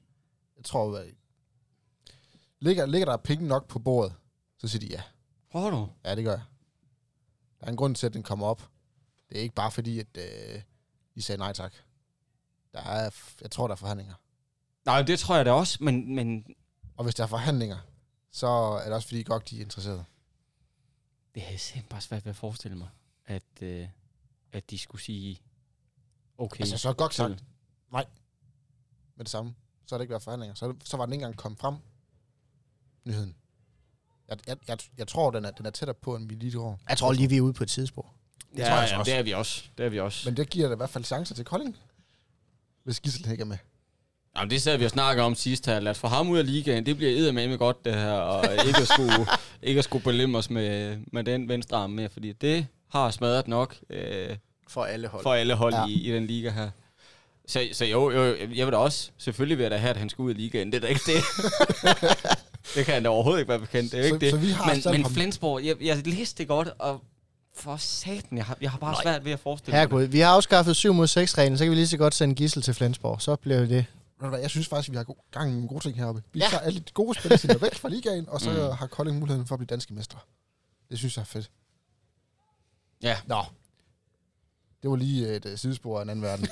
Ligger der penge nok på bordet, så siger de ja. Prøver du? Ja, det gør jeg. Der er en grund til, at den kommer op. Det er ikke bare fordi, at de sagde nej tak. Jeg tror, der er forhandlinger. Nej, det tror jeg da også, men... Og hvis der er forhandlinger, så er det også fordi, godt de er interesserede. Det er simpelthen bare svært ved at forestille mig, at de skulle sige okay. Altså, så godt sagt nej med det samme. Så har det ikke været forhandlinger. Så var den ikke engang kommet frem, nyheden. Jeg tror, den er tættere på, end vi lige tror. Jeg tror lige, vi er ude på et tidsspor. Det tror jeg også. Det er vi også. Men det giver da i hvert fald chancer til Kolding, hvis Gidsel ikke er med. Jamen, det sad vi og snakkede om sidst her. Lad os få ham ud af ligaen. Det bliver eddermame godt, det her. Og ikke at skulle belemme os med den venstre arm mere, fordi det har smadret nok for alle hold ja. i den liga her. Så jo, jeg vil da også. Selvfølgelig vil jeg da have, at han skal ud af ligaen. Det er da ikke det. Det kan han da overhovedet ikke være bekendt. Det er ikke det. Så men Flensborg, jeg læste det godt, og for satan, jeg har bare svært ved at forestille mig det. Vi har afskaffet 7-mod-6-reglen, så kan vi lige så godt sende Gidsel til Flensborg. Så bliver det. Jeg synes faktisk, vi har gang i nogle gode ting heroppe. Vi tager alle de gode spillere væk fra ligaen, og så har Kolding muligheden for at blive danske mestre. Det synes jeg er fedt. Ja. Nå. Det var lige et sidespor af en anden verden.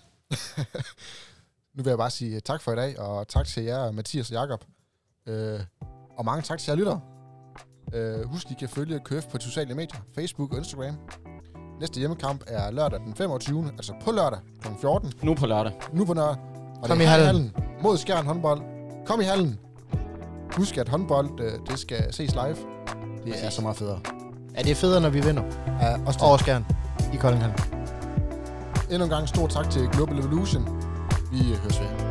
Nu vil jeg bare sige tak for i dag, og tak til jer, Mathias og Jakob. Og mange tak til jer lyttere. Husk, I kan følge KF på sociale medier, Facebook og Instagram. Næste hjemmekamp er lørdag den 25. Altså på lørdag kl. 14. Nu på lørdag. Og kom det er i hallen mod Skjern håndbold. Kom i hallen. Husk, at håndbold, det skal ses live. Det er så meget federe. Ja, det er federe, når vi vinder. Ja, også over Skjern i Kolding. Endnu en gang stor tak til Global Evolution. Vi høres ved.